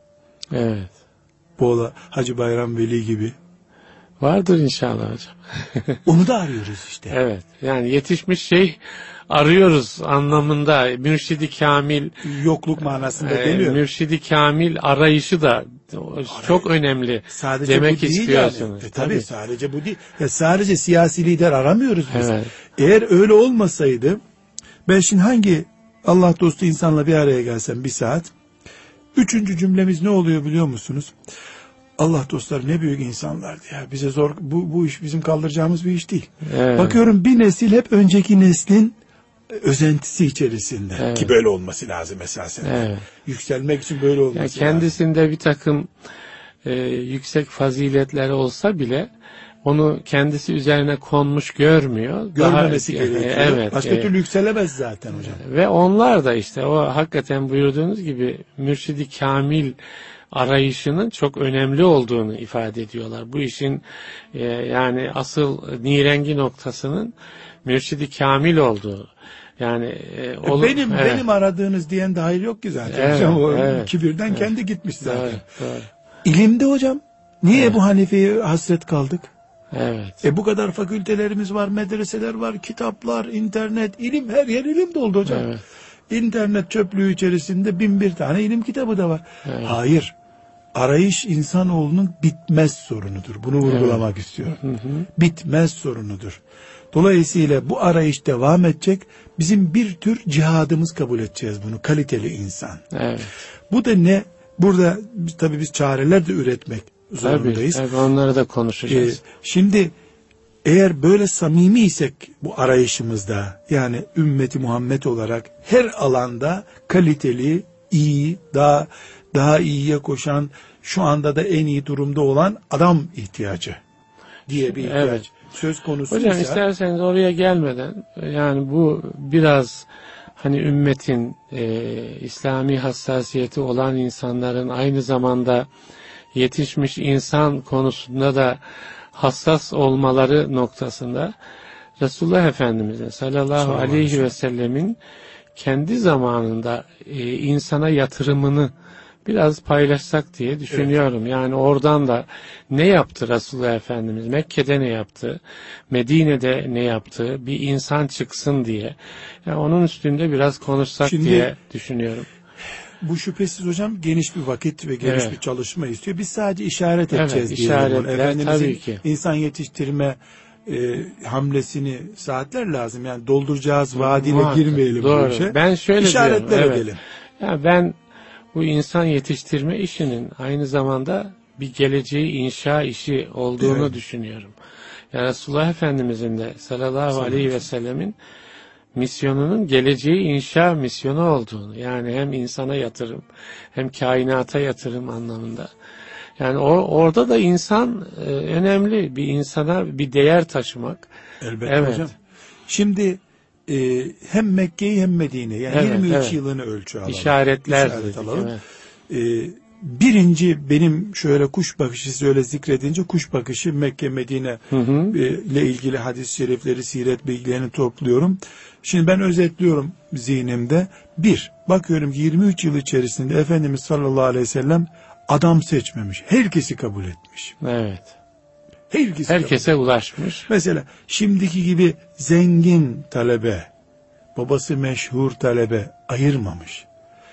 Evet. Boğla Hacı Bayram Veli gibi. Vardır inşallah hocam. Onu da arıyoruz işte. Evet. Yani yetişmiş şey arıyoruz anlamında. Mürşidi Kamil. Yokluk manasında e, demiyor. Mürşidi Kamil arayışı da çok Aray, önemli. Sadece demek bu istiyorsunuz. Yani. E, tabii, tabii sadece bu değil. Ya sadece siyasi lider aramıyoruz biz. Evet. Eğer öyle olmasaydı, ben şimdi hangi Allah dostu insanla bir araya gelsem bir saat, üçüncü cümlemiz ne oluyor biliyor musunuz? Allah dostları ne büyük insanlardı ya. Bize zor, bu, bu iş bizim kaldıracağımız bir iş değil. Evet. Bakıyorum bir nesil hep önceki neslin özentisi içerisinde. Evet. Ki böyle olması lazım esasen. Evet. Yükselmek için böyle olması yani kendisinde lazım. Bir takım e, yüksek faziletleri olsa bile onu kendisi üzerine konmuş görmüyor. Görmemesi Daha, gerekiyor. E, evet, Başka e, türlü yükselemez zaten hocam. Ve onlar da işte o hakikaten buyurduğunuz gibi mürşidi kamil arayışının çok önemli olduğunu ifade ediyorlar. Bu işin e, yani asıl nirengi noktasının mürşidi kamil olduğu. Yani e, olur, benim evet. benim aradığınız diyen de hayır yok ki zaten. Evet, hocam, o evet, kibirden evet. kendi gitmiş zaten. Evet, evet. İlimde hocam niye evet. Ebu Hanife'ye hasret kaldık? Evet. E bu kadar fakültelerimiz var, medreseler var, kitaplar, internet, ilim, her yer ilim doldu hocam. Evet. İnternet çöplüğü içerisinde bin bir tane ilim kitabı da var. Evet. Hayır. Arayış insanoğlunun bitmez sorunudur. Bunu vurgulamak evet. istiyorum. Hı hı. Bitmez sorunudur. Dolayısıyla bu arayış devam edecek. Bizim bir tür cihadımız kabul edeceğiz bunu. Kaliteli insan. Evet. Bu da ne? Burada tabii biz çareler de üretmek zorundayız. Tabii, tabii onları da konuşacağız. Ee, şimdi eğer böyle samimiysek bu arayışımızda, yani ümmeti Muhammed olarak her alanda kaliteli, iyi, daha daha iyiye koşan, şu anda da en iyi durumda olan adam ihtiyacı diye bir ihtiyaç evet. söz konusu. Hocam isterseniz oraya gelmeden, yani bu biraz hani ümmetin e, İslami hassasiyeti olan insanların aynı zamanda yetişmiş insan konusunda da hassas olmaları noktasında Resulullah Efendimiz'in sallallahu aleyhi ve sellemin kendi zamanında e, insana yatırımını biraz paylaşsak diye düşünüyorum. Evet. Yani oradan da ne yaptı Resulullah Efendimiz? Mekke'de ne yaptı? Medine'de ne yaptı? Bir insan çıksın diye. Yani onun üstünde biraz konuşsak Şimdi, diye düşünüyorum. Bu şüphesiz hocam geniş bir vakit ve geniş evet. bir çalışma istiyor. Biz sadece işaret edeceğiz evet, diye. İşaretler tabii ki. İnsan yetiştirme e, hamlesini saatler lazım. Yani dolduracağız vaadiyle Muhakkak, girmeyelim doğru. bu işe. Ben şöyle İşaretler diyorum, evet. edelim. Ya ben bu insan yetiştirme işinin aynı zamanda bir geleceği inşa işi olduğunu evet. düşünüyorum. Ya Resulullah Efendimizin de sallallahu aleyhi ve sellemin misyonunun geleceği inşa misyonu olduğunu, yani hem insana yatırım hem kainata yatırım anlamında. Yani o, orada da insan e, önemli, bir insana bir değer taşımak. Elbette evet. hocam. Şimdi e, hem Mekke'yi hem Medine'yi yani evet, yirmi üç evet. yılını ölçü alalım. İşaretler İşaret dedik, alalım. evet. E, birinci benim şöyle kuş bakışı öyle zikredince kuş bakışı Mekke Medine hı hı. E, ile ilgili hadis-i şerifleri, siret bilgilerini topluyorum. Şimdi ben özetliyorum zihnimde. Bir, bakıyorum yirmi üç yıl içerisinde Efendimiz sallallahu aleyhi ve sellem adam seçmemiş. Herkesi kabul etmiş. Evet. Herkesi Herkese ulaşmış. Mesela şimdiki gibi zengin talebe, babası meşhur talebe ayırmamış.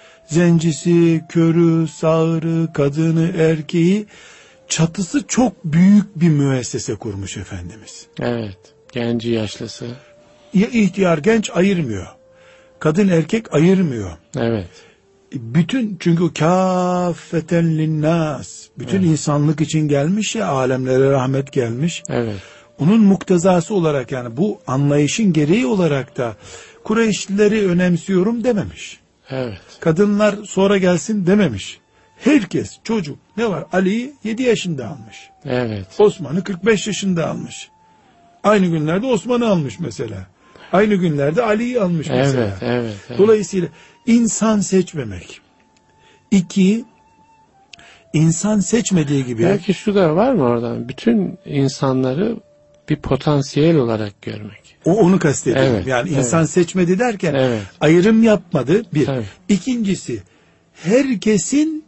Zencisi, körü, sağırı, kadını, erkeği, çatısı çok büyük bir müessese kurmuş Efendimiz. Evet. Genci, yaşlısı. Ya ihtiyar, genç ayırmıyor. Kadın, erkek ayırmıyor. Evet. Bütün, çünkü kâffeten linnâs, bütün evet. insanlık için gelmiş ya, alemlere rahmet gelmiş. Evet. Onun muktezası olarak, yani bu anlayışın gereği olarak da Kureyşlileri önemsiyorum dememiş. Evet. Kadınlar sonra gelsin dememiş. Herkes, çocuk ne var? Ali'yi yedi yaşında almış. Evet. Osman'ı kırk beş yaşında almış. Aynı günlerde Osman'ı almış mesela. Aynı günlerde Ali'yi almış evet, mesela. Evet, evet. Dolayısıyla insan seçmemek. İki, insan seçmediği gibi. Belki şu da var mı oradan? Bütün insanları bir potansiyel olarak görmek. O onu kastediyorum. Evet, yani evet. insan seçmedi derken evet. ayrım yapmadı. Bir. Tabii. İkincisi, herkesin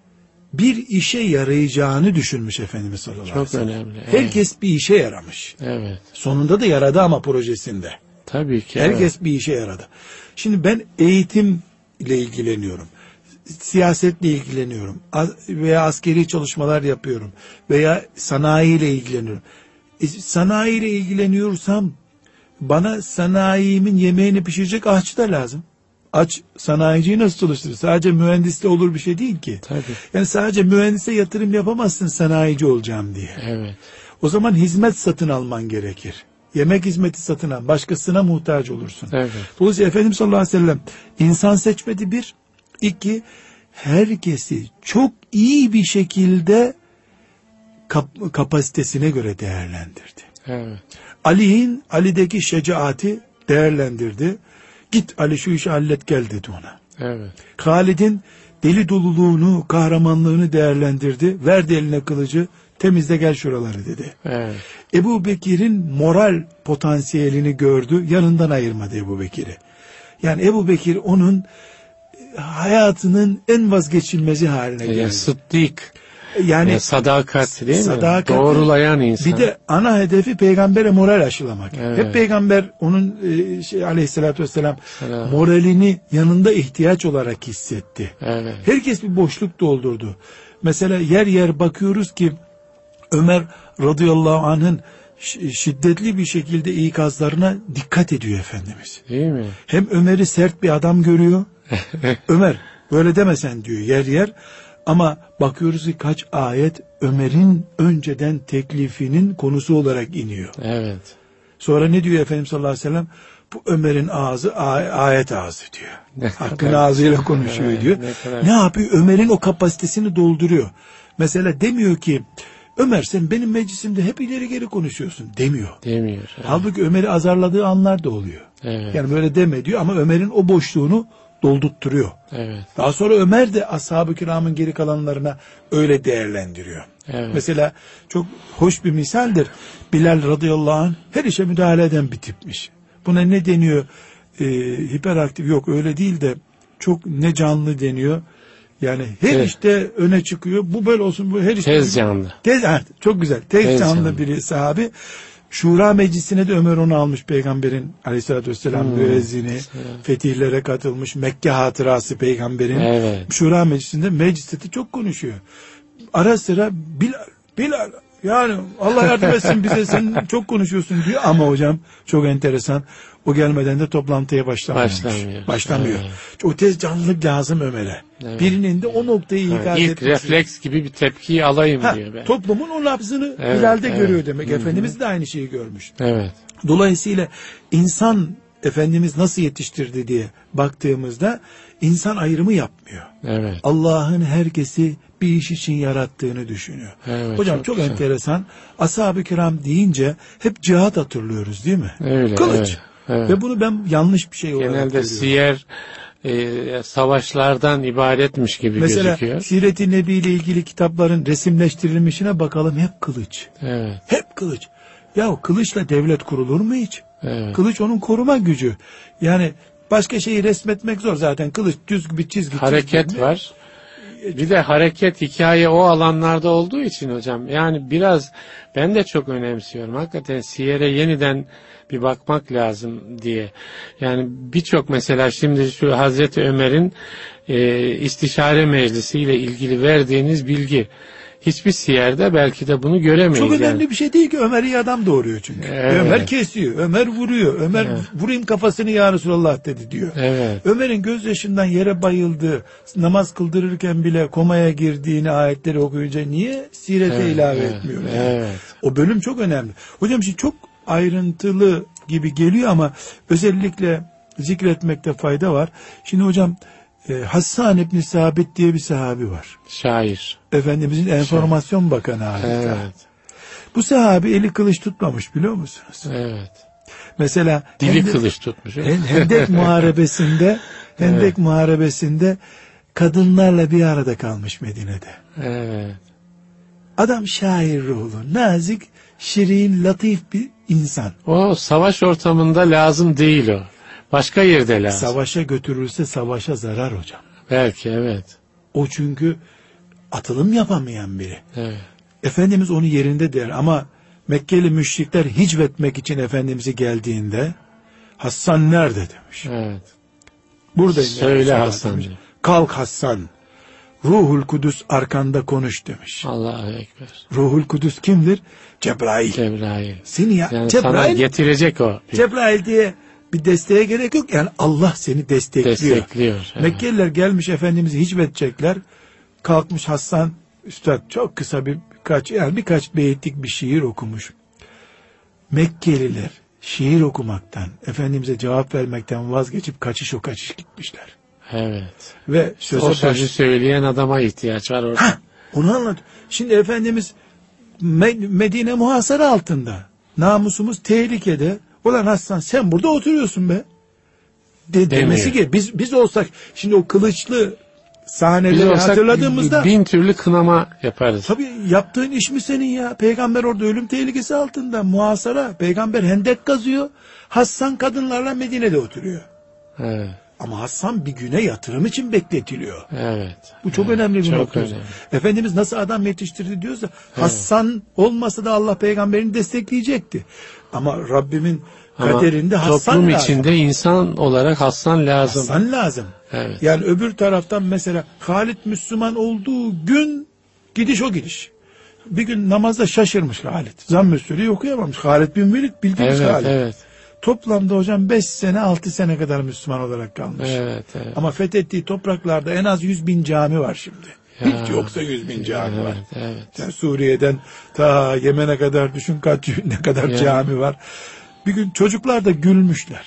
bir işe yarayacağını düşünmüş Efendimiz sallallahu aleyhi ve sellem. Çok önemli. Evet. Herkes bir işe yaramış. Evet. Sonunda da yaradı ama projesinde. Tabii ki. Herkes evet. bir işe yaradı. Şimdi ben eğitim ile ilgileniyorum. Siyasetle ilgileniyorum. Veya askeri çalışmalar yapıyorum. Veya sanayi ile ilgileniyorum. E, sanayi ile ilgileniyorsam bana sanayimin yemeğini pişirecek aşçı da lazım. Aç sanayiciyi nasıl çalıştırır? Sadece mühendisle olur bir şey değil ki. Tabii. Yani sadece mühendise yatırım yapamazsın sanayici olacağım diye. Evet. O zaman hizmet satın alman gerekir. Yemek hizmeti satın al. Başkasına muhtaç olursun. Evet. Dolayısıyla Efendimiz sallallahu aleyhi ve sellem insan seçmedi bir. İki, herkesi çok iyi bir şekilde kap- kapasitesine göre değerlendirdi. Evet. Ali'nin, Ali'deki şecaati değerlendirdi. Git Ali şu işi hallet gel dedi ona. Evet. Halid'in deli doluluğunu, kahramanlığını değerlendirdi. Verdi eline kılıcı, temizle gel şuraları dedi. Evet. Ebu Bekir'in moral potansiyelini gördü, yanından ayırmadı Ebu Bekir'i. Yani Ebu Bekir onun hayatının en vazgeçilmezi haline geldi. Yani sıddık. Yani e, sadakat değil sadakat, mi? Doğrulayan insan. Bir de ana hedefi peygambere moral aşılamak. Evet. Hep peygamber onun e, şey, aleyhissalatü vesselam Selam. moralini yanında ihtiyaç olarak hissetti. Evet. Herkes bir boşluk doldurdu. Mesela yer yer bakıyoruz ki Ömer radıyallahu anh'ın şiddetli bir şekilde ikazlarına dikkat ediyor Efendimiz. Değil mi? Hem Ömer'i sert bir adam görüyor. Ömer böyle demesen diyor yer yer. Ama bakıyoruz ki kaç ayet Ömer'in önceden teklifinin konusu olarak iniyor. Evet. Sonra ne diyor Efendimiz sallallahu aleyhi ve sellem? bu Ömer'in ağzı ay- ayet ağzı diyor. Hakkın ağzıyla konuşuyor evet, diyor. Ne, ne yapıyor? Ömer'in o kapasitesini dolduruyor. Mesela demiyor ki Ömer sen benim meclisimde hep ileri geri konuşuyorsun demiyor. Demiyor. Evet. Halbuki Ömer'i azarladığı anlar da oluyor. Evet. Yani böyle deme diyor ama Ömer'in o boşluğunu doldurtturuyor. Evet. Daha sonra Ömer de ashab-ı kiramın geri kalanlarına öyle değerlendiriyor. Evet. Mesela çok hoş bir misaldir. Bilal radıyallahu anh her işe müdahale eden bir tipmiş. Buna ne deniyor? Ee, hiperaktif yok öyle değil de çok ne canlı deniyor. Yani her evet. işte öne çıkıyor. Bu böyle olsun. Bu her işte. Tez canlı. Tez, evet, çok güzel. Tez, Tez canlı, canlı biri sahabi. Şura meclisine de Ömer onu almış peygamberin aleyhissalatü vesselam hmm. müezzini. Evet. Fetihlere katılmış. Mekke hatırası peygamberin. Evet. Şura meclisinde mecliste de çok konuşuyor. Ara sıra Bilal, Bilal yani Allah yardım etsin bize sen çok konuşuyorsun diyor. Ama hocam çok enteresan. O gelmeden de toplantıya başlamıyormuş. Başlamıyor. Başlamıyor. Evet. O tez canlılık lazım Ömer'e. Evet. Birinin de o noktayı ikaz etmesi. İlk refleks gibi bir tepkiyi alayım ha, diyor. Ben. Toplumun o nabzını evet, Bilal'de evet. görüyor demek. Hı-hı. Efendimiz de aynı şeyi görmüş. Evet. Dolayısıyla insan Efendimiz nasıl yetiştirdi diye baktığımızda insan ayrımı yapmıyor. Evet. Allah'ın herkesi bir iş için yarattığını düşünüyor. Evet, Hocam çok, çok enteresan. Ashab-ı kiram deyince hep cihat hatırlıyoruz değil mi? Öyle, Kılıç. Evet. Evet. Ve bunu ben yanlış bir şey olarak Genelde görüyorum. siyer e, savaşlardan ibaretmiş gibi Mesela, gözüküyor. Mesela Siret-i Nebi ile ilgili kitapların resimleştirilmişine bakalım hep kılıç. Evet. Hep kılıç. Ya kılıçla devlet kurulur mu hiç? Evet. Kılıç onun koruma gücü. Yani başka şeyi resmetmek zor zaten. Kılıç düz bir çizgi. Hareket çizgi var. Bir de hareket, hikaye o alanlarda olduğu için hocam. Yani biraz ben de çok önemsiyorum. Hakikaten siyere yeniden bir bakmak lazım diye. Yani birçok mesela şimdi şu Hazreti Ömer'in e, istişare meclisiyle ilgili verdiğiniz bilgi. Hiçbir siyerde belki de bunu göremeyiz. Çok önemli yani. bir şey değil ki Ömer iyi adam doğuruyor çünkü. Evet. Ömer kesiyor, Ömer vuruyor, Ömer evet. vurayım kafasını ya Resulallah dedi diyor. Evet. Ömer'in gözyaşından yere bayıldığı, namaz kıldırırken bile komaya girdiğini ayetleri okuyunca niye sirete evet. ilave evet. etmiyor? Yani? Evet. O bölüm çok önemli. Hocam şimdi çok ayrıntılı gibi geliyor ama özellikle zikretmekte fayda var. Şimdi hocam Hassan İbni Sabit diye bir sahabi var. Şair. Efendimizin enformasyon Şair. bakanı adeta. Evet. Bu sahabi eli kılıç tutmamış biliyor musunuz? Evet. Mesela dili Hendek, kılıç tutmuş. Hendek muharebesinde Hendek evet. muharebesinde kadınlarla bir arada kalmış Medine'de. Evet. Adam şair ruhlu, nazik, şirin, latif bir insan. O savaş ortamında lazım değil o. Başka yerde lazım. Savaşa götürülse savaşa zarar hocam. Belki evet. O çünkü atılım yapamayan biri. Evet. Efendimiz onu yerinde der ama Mekkeli müşrikler hicvetmek için Efendimiz'e geldiğinde Hassan nerede demiş. Evet. Buradayım. Söyle yani, Hasan. Demiş. Kalk Hassan. Ruhul Kudüs arkanda konuş demiş. Allahu Ekber. Ruhul Kudüs kimdir? Cebrail. Cebrail. Seni ya, yani Cebrail, sana getirecek o. Cebrail diye bir desteğe gerek yok. Yani Allah seni destekliyor. Destekliyor. Evet. Mekkeliler gelmiş Efendimiz'i hicvedecekler. Kalkmış Hassan Üstad çok kısa bir birkaç yani birkaç beyitlik bir şiir okumuş. Mekkeliler şiir okumaktan, Efendimiz'e cevap vermekten vazgeçip kaçış o kaçış gitmişler. Evet. Ve söze o sözü baş... söyleyen adama ihtiyaç var orada. Hah, onu anlat. Şimdi Efendimiz Medine muhasara altında. Namusumuz tehlikede. Ulan Hasan sen burada oturuyorsun be. De, demesi ki biz biz olsak şimdi o kılıçlı sahneleri hatırladığımızda bin türlü kınama yaparız. Tabii yaptığın iş mi senin ya? Peygamber orada ölüm tehlikesi altında muhasara. Peygamber hendek kazıyor. Hassan kadınlarla Medine'de oturuyor. Evet. Ama Hassan bir güne yatırım için bekletiliyor. Evet. Bu çok evet. önemli bir çok nokta. Önemli. Efendimiz nasıl adam yetiştirdi diyorsa evet. Hassan olmasa da Allah peygamberini destekleyecekti. Ama Rabbimin Ama kaderinde Hassan toplum lazım. içinde insan olarak Hassan lazım. Hassan lazım. Evet. Yani öbür taraftan mesela Halid Müslüman olduğu gün gidiş o gidiş. Bir gün namazda şaşırmış Halid. Zamm-ı Sûre'yi okuyamamış. Halid bin Velid bildiğimiz evet, Halid. Evet. Toplamda hocam beş sene altı sene kadar Müslüman olarak kalmış. Evet, evet. Ama fethettiği topraklarda en az yüz bin cami var şimdi. Ya, hiç yoksa yüz bin cami evet, var. Evet. Yani Suriye'den ta Yemen'e kadar düşün kaç ne kadar ya. cami var. Bir gün çocuklar da gülmüşler.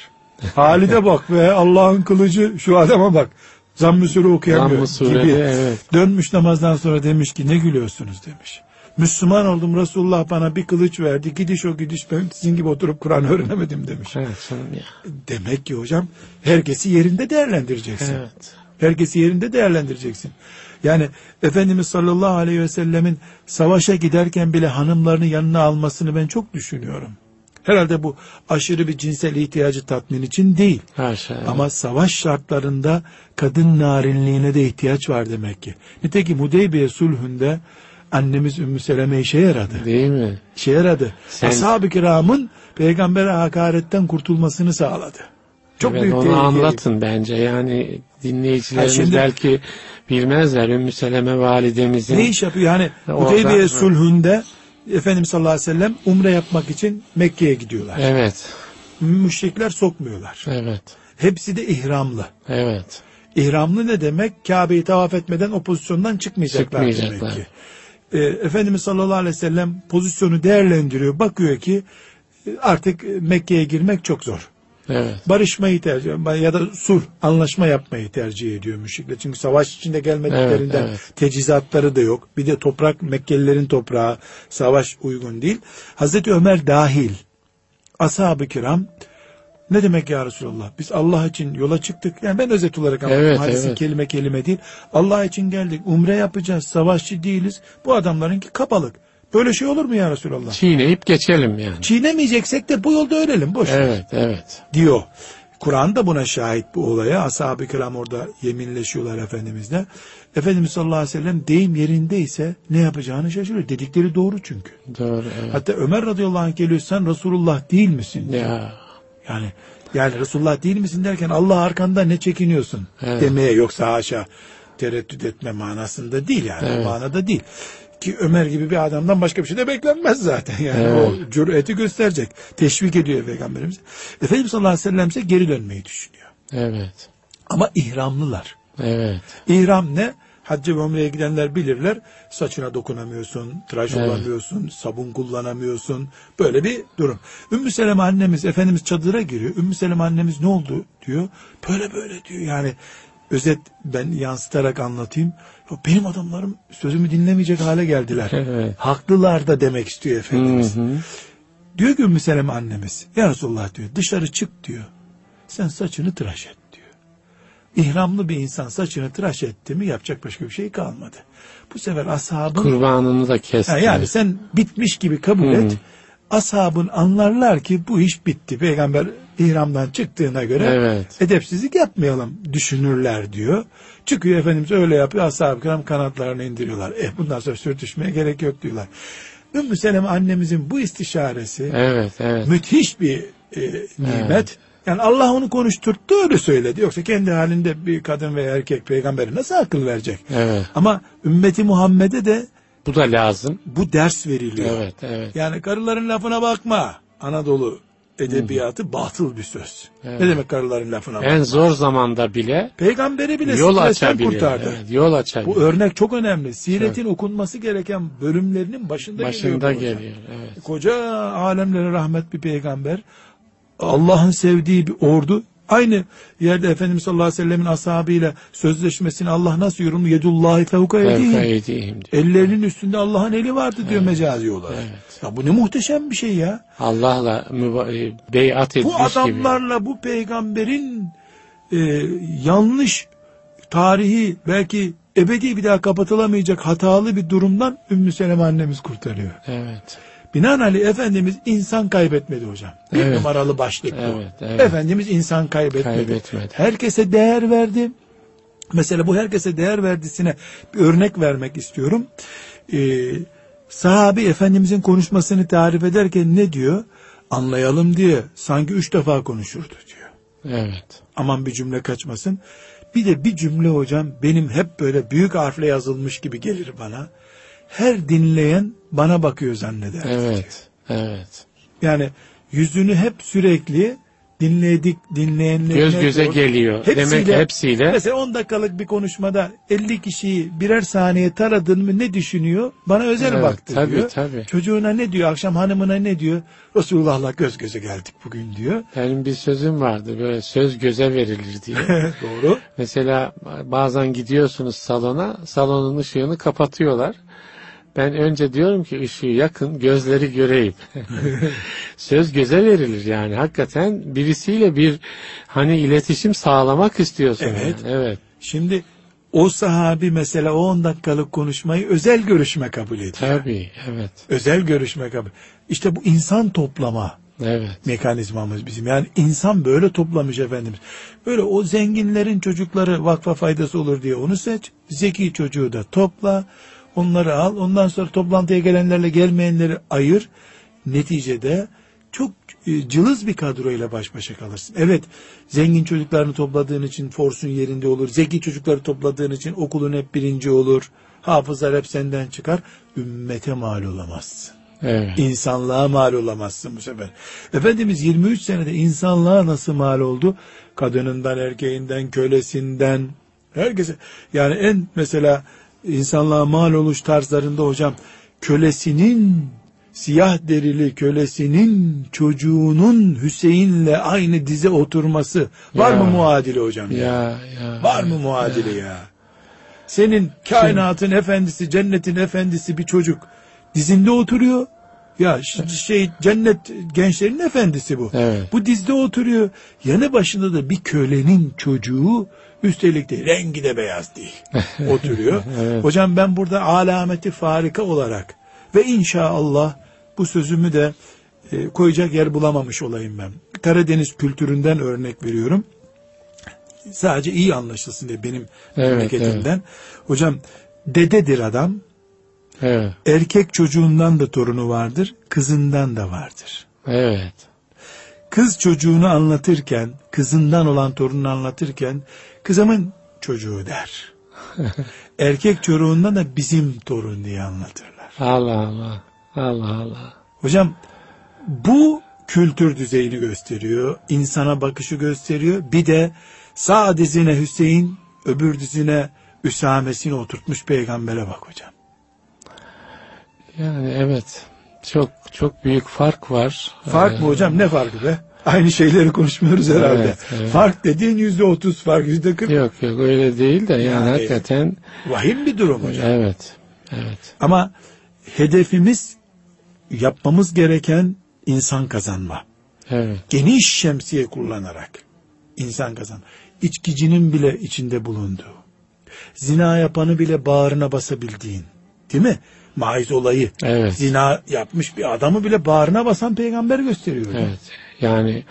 Halide bak ve Allah'ın kılıcı şu adama bak. Zamm-ı Sure okuyamıyor Zamm-ı gibi. Evet. Dönmüş namazdan sonra demiş ki ne gülüyorsunuz demiş. Müslüman oldum, Resulullah bana bir kılıç verdi. Gidiş o gidiş, ben sizin gibi oturup Kur'an öğrenemedim demiş. Evet, ya. Demek ki hocam herkesi yerinde değerlendireceksin. Evet. Herkesi yerinde değerlendireceksin. Yani Efendimiz sallallahu aleyhi ve sellemin savaşa giderken bile hanımlarını yanına almasını ben çok düşünüyorum. Herhalde bu aşırı bir cinsel ihtiyacı tatmin için değil. Haşa, evet. Ama savaş şartlarında kadın narinliğine de ihtiyaç var demek ki. Nitekim Hudeybiye sulhünde annemiz Ümmü Seleme işe yaradı. Değil mi? İşe yaradı. Sen... Ashab-ı kiramın peygambere hakaretten kurtulmasını sağladı. Çok evet, büyük onu tehlikeli. anlatın bence. Yani dinleyicilerimiz şimdi, belki bilmezler. Ümmü Seleme validemizin ne iş yapıyor? Yani Hudeybiye sulhünde Efendimiz sallallahu aleyhi ve sellem umre yapmak için Mekke'ye gidiyorlar. Evet. Müşrikler sokmuyorlar. Evet. Hepsi de ihramlı. Evet. İhramlı ne demek? Kabe'yi tavaf etmeden o pozisyondan çıkmayacaklar, çıkmayacaklar. demek ki. Ee, Efendimiz sallallahu aleyhi ve sellem pozisyonu değerlendiriyor. Bakıyor ki artık Mekke'ye girmek çok zor. Evet. Barışmayı tercih ediyor ya da sulh, anlaşma yapmayı tercih ediyor müşrikler. Çünkü savaş içinde gelmediklerinden evet, evet. tecizatları da yok. Bir de toprak Mekkelilerin toprağı, savaş uygun değil. Hazreti Ömer dahil ashab-ı kiram ne demek ya Resulallah? Biz Allah için yola çıktık. Yani ben özet olarak anlattım. Evet, hadisi evet. kelime kelime değil. Allah için geldik. Umre yapacağız. Savaşçı değiliz. Bu adamlarınki kabalık. Böyle şey olur mu ya Resulallah? Çiğneyip geçelim yani. Çiğnemeyeceksek de bu yolda ölelim. Boş evet, ver. evet. Diyor. Kur'an da buna şahit bu olaya. Ashab-ı kiram orada yeminleşiyorlar Efendimizle. Efendimiz sallallahu aleyhi ve sellem deyim yerindeyse ne yapacağını şaşırıyor. Dedikleri doğru çünkü. Doğru, evet. Hatta Ömer radıyallahu anh geliyor, sen Resulullah değil misin? Ya. Yani yani Resulullah değil misin derken Allah arkanda ne çekiniyorsun evet. demeye, yoksa haşa tereddüt etme manasında değil yani. Evet. O manada değil. Ki Ömer gibi bir adamdan başka bir şey de beklenmez zaten. Yani evet. o cüreti gösterecek. Teşvik ediyor Peygamberimiz. Efendimiz sallallahu aleyhi ve sellem ise geri dönmeyi düşünüyor. Evet. Ama ihramlılar. Evet. İhram ne? Hacca ve umreye gidenler bilirler. Saçına dokunamıyorsun, tıraş evet. olamıyorsun, sabun kullanamıyorsun. Böyle bir durum. Ümmü Seleme annemiz, Efendimiz çadıra giriyor. Ümmü Seleme annemiz ne oldu diyor. Böyle böyle diyor. Yani özet ben yansıtarak anlatayım. Benim adamlarım sözümü dinlemeyecek hale geldiler. Evet. Haklılar da demek istiyor Efendimiz. Hı hı. Diyor ki Ümmü Seleme annemiz, ya Resulullah diyor, dışarı çık diyor. Sen saçını tıraş et diyor. İhramlı bir insan saçını tıraş etti mi yapacak başka bir şey kalmadı. Bu sefer ashabın kurbanını da kesti. Yani, yani sen bitmiş gibi kabul hmm. et. Ashabın anlarlar ki bu iş bitti. Peygamber ihramdan çıktığına göre evet. edepsizlik yapmayalım düşünürler diyor. Çıkıyor Efendimiz öyle yapıyor. Ashab-ı kiram kanatlarını indiriyorlar. Eh bundan sonra sürtüşmeye gerek yok diyorlar. Ümmü Seleme annemizin bu istişaresi evet, evet. müthiş bir e, nimet. Evet. Yani Allah onu konuşturttu, öyle söyledi. Yoksa kendi halinde bir kadın veya erkek peygamberi nasıl akıl verecek? Evet. Ama ümmeti Muhammed'e de bu da lazım. Bu ders veriliyor. Evet, evet. Yani karıların lafına bakma. Anadolu edebiyatı hmm. batıl bir söz. Evet. Ne demek karıların lafına bakma? En zor zamanda bile peygamberi bile yol stresten kurtardı. Evet, yol açabilir. Bu örnek çok önemli. Siretin evet. okunması gereken bölümlerinin başında, başında geliyor. geliyor. Evet. Koca alemlere rahmet bir peygamber. Allah'ın sevdiği bir ordu. Aynı yerde Efendimiz sallallahu aleyhi ve sellemin ashabıyla sözleşmesini Allah nasıl yorumluyor? Yedullahi fevka edihim. Ellerinin üstünde Allah'ın eli vardı diyor evet. mecazi olarak. Evet. Ya bu ne muhteşem bir şey ya. Allah'la beyat etmiş gibi. Bu adamlarla gibi. Bu peygamberin e, yanlış tarihi belki ebedi bir daha kapatılamayacak hatalı bir durumdan Ümmü Seleme annemiz kurtarıyor. Evet. Binaenaleyh Efendimiz insan kaybetmedi hocam. Bir evet. numaralı başlık bu. Evet, evet. Efendimiz insan kaybetmedi. kaybetmedi. Herkese değer verdi. Mesela bu herkese değer verdisine bir örnek vermek istiyorum. Ee, sahabi Efendimizin konuşmasını tarif ederken ne diyor? Anlayalım diye sanki üç defa konuşurdu diyor. Evet. Aman bir cümle kaçmasın. Bir de bir cümle hocam benim hep böyle büyük harfle yazılmış gibi gelir bana. Her dinleyen bana bakıyor zanneder. Evet, evet. Yani yüzünü hep sürekli dinledik, dinleyenlerine göz göze doğru, geliyor. Hepsiyle, demek hepsiyle. Mesela on dakikalık bir konuşmada elli kişiyi birer saniye taradın mı ne düşünüyor? Bana özel evet, baktı tabii, diyor. Tabii. Çocuğuna ne diyor? Akşam hanımına ne diyor? Resulullah'la göz göze geldik bugün diyor. Benim bir sözüm vardı, böyle söz göze verilir diye. Doğru. Mesela bazen gidiyorsunuz salona, salonun ışığını kapatıyorlar. Ben önce diyorum ki ışığı yakın, gözleri göreyim. Söz göze verilir yani. Hakikaten birisiyle bir hani iletişim sağlamak istiyorsun. Evet. Yani. Evet. Şimdi o sahabi mesela o on dakikalık konuşmayı özel görüşme kabul ediyor. Tabii, evet. Özel görüşme kabul. İşte bu insan toplama evet. mekanizmamız bizim. Yani insan böyle toplamış Efendimiz. Böyle o zenginlerin çocukları vakfa faydası olur diye onu seç. Zeki çocuğu da topla. Onları al. Ondan sonra toplantıya gelenlerle gelmeyenleri ayır. Neticede çok e, cılız bir kadroyla baş başa kalırsın. Evet, zengin çocuklarını topladığın için forsun yerinde olur. Zeki çocukları topladığın için okulun hep birinci olur. Hafızlar hep senden çıkar. Ümmete mal olamazsın. Evet. İnsanlığa mal olamazsın bu sefer. Efendimiz yirmi üç senede insanlığa nasıl mal oldu? Kadınından, erkeğinden, kölesinden, herkese. Yani en mesela insanlığa mal oluş tarzlarında hocam, kölesinin, siyah derili kölesinin çocuğunun Hüseyin'le aynı dize oturması var ya, mı muadili hocam? Ya, ya, ya var mı muadili ya? ya? Senin kainatın Şimdi, efendisi, cennetin efendisi bir çocuk dizinde oturuyor. Ya şey cennet gençlerin efendisi bu. Evet. Bu dizde oturuyor. Yanı başında da bir kölenin çocuğu, üstelik de rengi de beyaz değil. Oturuyor. Evet. Hocam ben burada alameti farika olarak ve inşallah bu sözümü de e, koyacak yer bulamamış olayım ben. Karadeniz kültüründen örnek veriyorum. Sadece iyi anlaşılsın diye benim evet, memleketimden. Evet. Hocam dededir adam. Evet. Erkek çocuğundan da torunu vardır, kızından da vardır. Evet. Kız çocuğunu anlatırken, kızından olan torununu anlatırken, kızımın çocuğu der. Erkek çocuğundan da bizim torun diye anlatırlar. Allah Allah. Allah Allah. Hocam bu kültür düzeyini gösteriyor, insana bakışı gösteriyor. Bir de sağ dizine Hüseyin, öbür dizine Üsamesini oturtmuş peygambere bak hocam. Yani evet, çok çok büyük fark var. Fark mı hocam? Ne farkı be? Aynı şeyleri konuşmuyoruz herhalde. Evet, evet. Fark dediğin yüzde otuz fark, yüzde kırk. Yok yok öyle değil de yani, yani hakikaten. Vahim bir durum hocam. Evet, evet. Ama hedefimiz, yapmamız gereken insan kazanma. Evet. Geniş şemsiye kullanarak insan kazan. İçkicinin bile içinde bulunduğu, zina yapanı bile bağrına basabildiğin, değil mi? Maiz olayı, evet. Zina yapmış bir adamı bile bağrına basan peygamber gösteriyor. Evet. Yani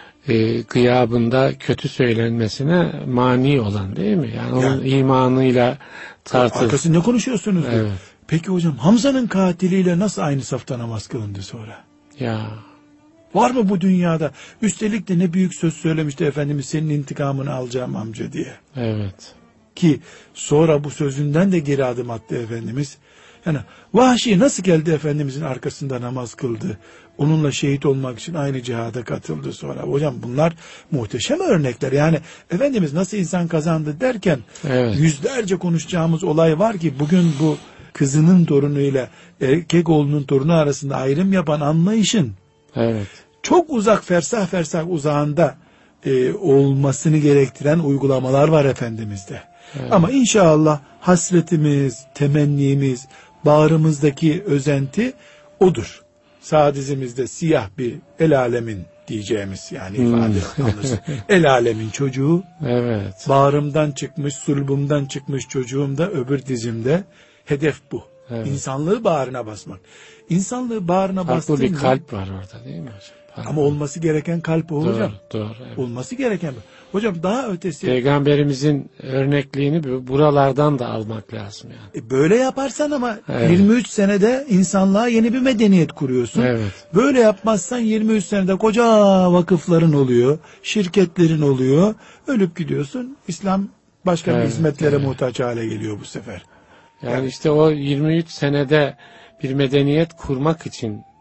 e, gıyabında kötü söylenmesine mani olan, değil mi? Yani, yani onun imanıyla tartışır. Arkasında ne konuşuyorsunuz? Evet. Peki hocam Hamza'nın katiliyle nasıl aynı safta namaz kılındı sonra? Ya. Var mı bu dünyada? Üstelik de ne büyük söz söylemişti Efendimiz, senin intikamını alacağım amca diye. Evet. Ki sonra bu sözünden de geri adım attı Efendimiz. Yani Vahşi nasıl geldi Efendimizin arkasında namaz kıldı? Onunla şehit olmak için aynı cihada katıldı sonra. Hocam bunlar muhteşem örnekler. Yani Efendimiz nasıl insan kazandı derken evet. yüzlerce konuşacağımız olay var ki bugün bu kızının torunuyla erkek oğlunun torunu arasında ayrım yapan anlayışın evet. çok uzak, fersah fersah uzağında e, olmasını gerektiren uygulamalar var Efendimiz'de. Evet. Ama inşallah hasretimiz, temennimiz, bağrımızdaki özenti odur. Sağ dizimizde siyah bir el alemin diyeceğimiz yani ifade hmm. anlaşılır. El alemin çocuğu. Evet. Bağrımdan çıkmış, sulbumdan çıkmış çocuğum da öbür dizimde. Hedef bu. Evet. İnsanlığı bağrına basmak. İnsanlığı bağrına bastığında... Farklı bir kalp var orada, değil mi hocam? Pardon. Ama olması gereken kalp o doğru, hocam. Doğru, evet. Olması gereken bu. Hocam daha ötesi... Peygamberimizin örnekliğini buralardan da almak lazım yani. E böyle yaparsan ama evet. yirmi üç senede insanlığa yeni bir medeniyet kuruyorsun. Evet. Böyle yapmazsan yirmi üç senede koca vakıfların oluyor, şirketlerin oluyor. Ölüp gidiyorsun. İslam başka evet, bir hizmetlere evet. muhtaç hale geliyor bu sefer. Yani, yani işte o yirmi üç senede bir medeniyet kurmak için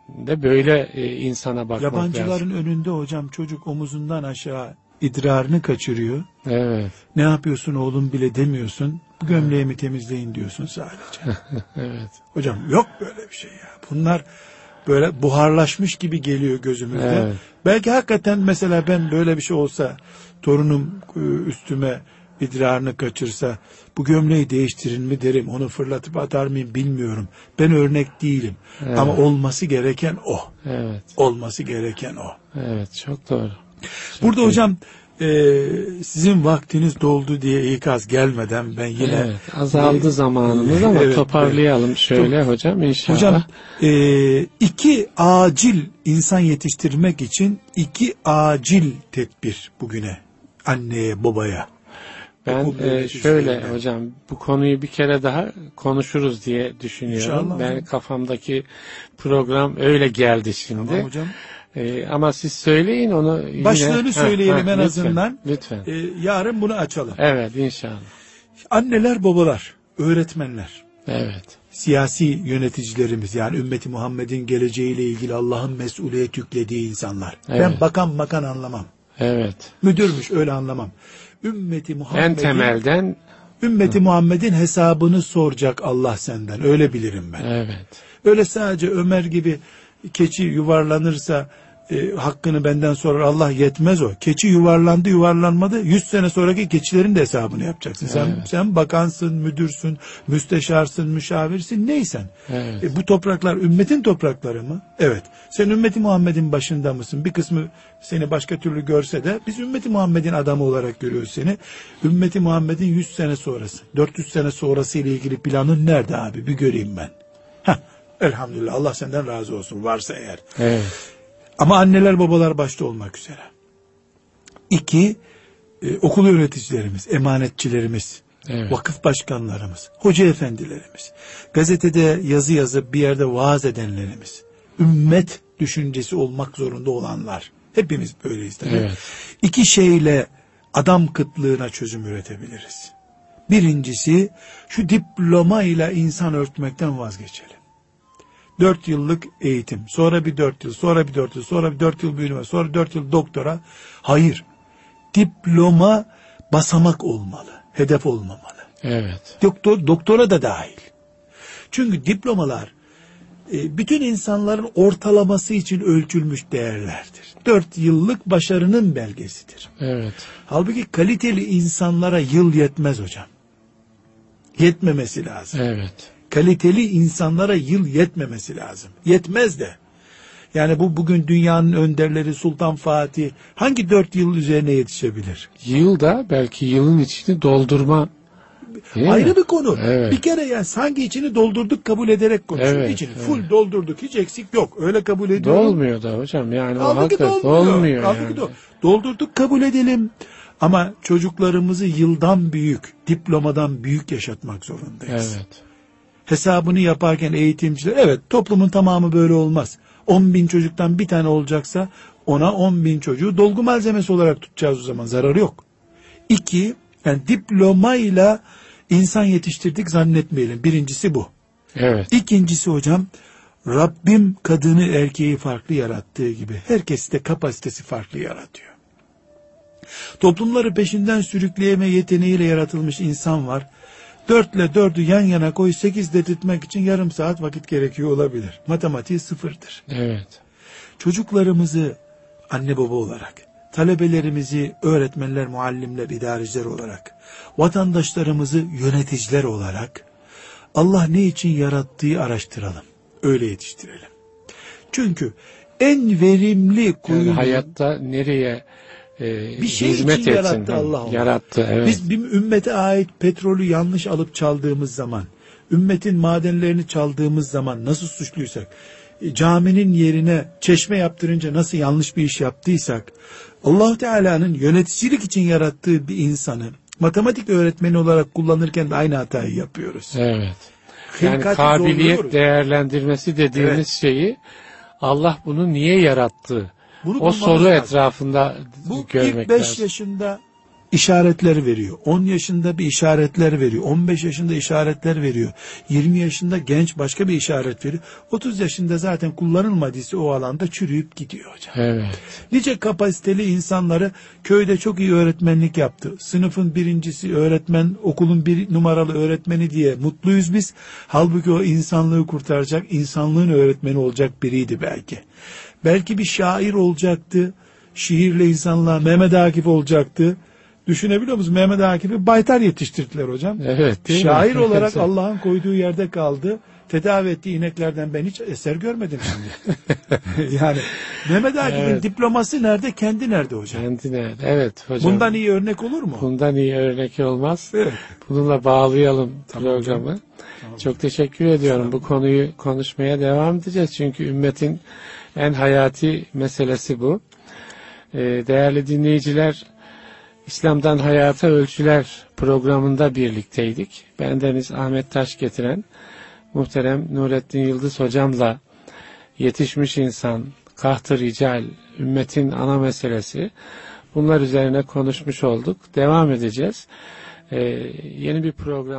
de böyle e, insana bakmak Yabancıların lazım. önünde hocam çocuk omuzundan aşağı idrarını kaçırıyor. Evet. Ne yapıyorsun oğlum bile demiyorsun. Bu gömleğimi temizleyin diyorsun sadece. Evet. Hocam yok böyle bir şey ya. Bunlar böyle buharlaşmış gibi geliyor gözümüzde. Evet. Belki hakikaten mesela ben böyle bir şey olsa, torunum üstüme idrarını kaçırsa, bu gömleği değiştirin mi derim, onu fırlatıp atar mıyım bilmiyorum. Ben örnek değilim. Evet. Ama olması gereken o. Evet. Olması gereken o. Evet, çok doğru. Çok Burada iyi. hocam e, sizin vaktiniz doldu diye ikaz gelmeden ben yine evet, azaldı e, zamanımız ama evet, toparlayalım evet. şöyle hocam inşallah. Hocam e, iki acil insan yetiştirmek için iki acil tedbir bugüne anneye babaya. Ben e, şöyle hocam bu konuyu bir kere daha konuşuruz diye düşünüyorum. İnşallah ben hocam. Kafamdaki program öyle geldi şimdi. Tamam hocam. Ee, ama siz söyleyin onu yine. Başlığını söyleyelim ha, ha, en lütfen, azından. Lütfen. Ee, yarın bunu açalım. Evet inşallah. Anneler, babalar, öğretmenler. Evet. Siyasi yöneticilerimiz yani ümmeti Muhammed'in geleceğiyle ilgili Allah'ın mesuliyet yüklediği insanlar. Evet. Ben bakan bakan anlamam. Evet. Müdürmüş öyle anlamam. Ümmeti Muhammed'in en temelden ümmeti Muhammed'in hesabını soracak Allah senden. Öyle bilirim ben. Evet. Öyle sadece Ömer gibi keçi yuvarlanırsa e, hakkını benden sorar Allah yetmez o. Keçi yuvarlandı yuvarlanmadı yüz sene sonraki keçilerin de hesabını yapacaksın. Sen evet. sen bakansın, müdürsün, müsteşarsın, müşavirsin neysen. Evet. E, bu topraklar ümmetin toprakları mı? Evet. Sen ümmeti Muhammed'in başında mısın? Bir kısmı seni başka türlü görse de biz ümmeti Muhammed'in adamı olarak görüyoruz seni. Ümmeti Muhammed'in yüz sene sonrası, dört yüz sene sonrası ile ilgili planın nerede abi? Bir göreyim ben. Heh. Elhamdülillah Allah senden razı olsun varsa eğer. Evet. Ama anneler babalar başta olmak üzere. İki, e, okul yöneticilerimiz, emanetçilerimiz, evet. vakıf başkanlarımız, hoca efendilerimiz, gazetede yazı yazıp bir yerde vaaz edenlerimiz, ümmet düşüncesi olmak zorunda olanlar. Hepimiz böyleyiz tabii. Evet. İki şeyle adam kıtlığına çözüm üretebiliriz. Birincisi şu diploma ile insan örtmekten vazgeçelim. Dört yıllık eğitim, sonra bir dört yıl, sonra bir dört yıl, sonra bir dört yıl büyüme, sonra dört yıl doktora. Hayır, diploma basamak olmalı, hedef olmamalı. Evet. Doktor, doktora da dahil. Çünkü diplomalar e, bütün insanların ortalaması için ölçülmüş değerlerdir. Dört yıllık başarının belgesidir. Evet. Halbuki kaliteli insanlara yıl yetmez hocam. Yetmemesi lazım. Evet. Kaliteli insanlara yıl yetmemesi lazım. Yetmez de. Yani bu bugün dünyanın önderleri Sultan Fatih hangi dört yıl üzerine yetişebilir? Yıl da belki yılın içini doldurma. Ayrı mi? bir konu. Evet. Bir kere yani sanki içini doldurduk kabul ederek konuşuyor. Evet, İçini evet. full doldurduk hiç eksik yok. Öyle kabul ediyorum. Dolmuyor da hocam yani. Halbuki dolmuyor. dolmuyor. Halbuki yani. do- doldurduk kabul edelim. Ama çocuklarımızı yıldan büyük, diplomadan büyük yaşatmak zorundayız. Evet. Hesabını yaparken eğitimciler, evet toplumun tamamı böyle olmaz. On bin çocuktan bir tane olacaksa ona on bin çocuğu dolgu malzemesi olarak tutacağız o zaman. Zararı yok. İki, yani diplomayla insan yetiştirdik zannetmeyelim. Birincisi bu. Evet. İkincisi hocam, Rabbim kadını erkeği farklı yarattığı gibi herkesi de kapasitesi farklı yaratıyor. Toplumları peşinden sürükleyeme yeteneğiyle yaratılmış insan var. Dörtle dördü yan yana koy, sekiz dedirtmek için yarım saat vakit gerekiyor olabilir. Matematiği sıfırdır. Evet. Çocuklarımızı anne baba olarak, talebelerimizi öğretmenler, muallimler, idareciler olarak, vatandaşlarımızı yöneticiler olarak Allah ne için yarattığı araştıralım. Öyle yetiştirelim. Çünkü en verimli kuyunun... Yani hayatta nereye e, bir şey hizmet için etsin, yarattı Allah. Yarattı, evet. Biz bir ümmete ait petrolü yanlış alıp çaldığımız zaman, ümmetin madenlerini çaldığımız zaman nasıl suçluysak, e, caminin yerine çeşme yaptırınca nasıl yanlış bir iş yaptıysak, Allah Teala'nın yöneticilik için yarattığı bir insanı matematik öğretmeni olarak kullanırken de aynı hatayı yapıyoruz. Evet. Yani Hilkati kabiliyet zorluyoruz. değerlendirmesi dediğimiz evet. şeyi Allah bunu niye yarattı? Bunu o soru lazım. etrafında bu görmek ilk beş lazım. yaşında işaretler veriyor. on yaşında bir işaretler veriyor. on beş yaşında işaretler veriyor. yirmi yaşında genç başka bir işaret veriyor. otuz yaşında zaten kullanılmadıysa o alanda çürüyüp gidiyor hocam. Evet. Nice kapasiteli insanları köyde çok iyi öğretmenlik yaptı. Sınıfın birincisi öğretmen, okulun bir numaralı öğretmeni diye mutluyuz biz. Halbuki o insanlığı kurtaracak, insanlığın öğretmeni olacak biriydi belki. Belki bir şair olacaktı. Şiirle insanlığa Mehmet Akif olacaktı. Düşünebiliyor musunuz? Mehmet Akif'i baytar yetiştirdiler hocam. Evet. Şair olarak Allah'ın koyduğu yerde kaldı. Tedavi ettiği ineklerden ben hiç eser görmedim şimdi. Yani Mehmet Akif'in evet. diploması nerede? Kendi nerede hocam? Kendi nerede? Evet hocam. Bundan iyi örnek olur mu? Bundan iyi örnek olmaz. Evet. Bununla bağlayalım tamam, programı. Tamam. Çok teşekkür ediyorum. Bu konuyu konuşmaya devam edeceğiz. Çünkü ümmetin en hayati meselesi bu. Ee, değerli dinleyiciler, İslam'dan Hayata Ölçüler programında birlikteydik. Bendeniz Ahmet Taş getiren muhterem Nurettin Yıldız hocamla yetişmiş insan, kaht-ı rical, ümmetin ana meselesi, bunlar üzerine konuşmuş olduk. Devam edeceğiz. Ee, yeni bir program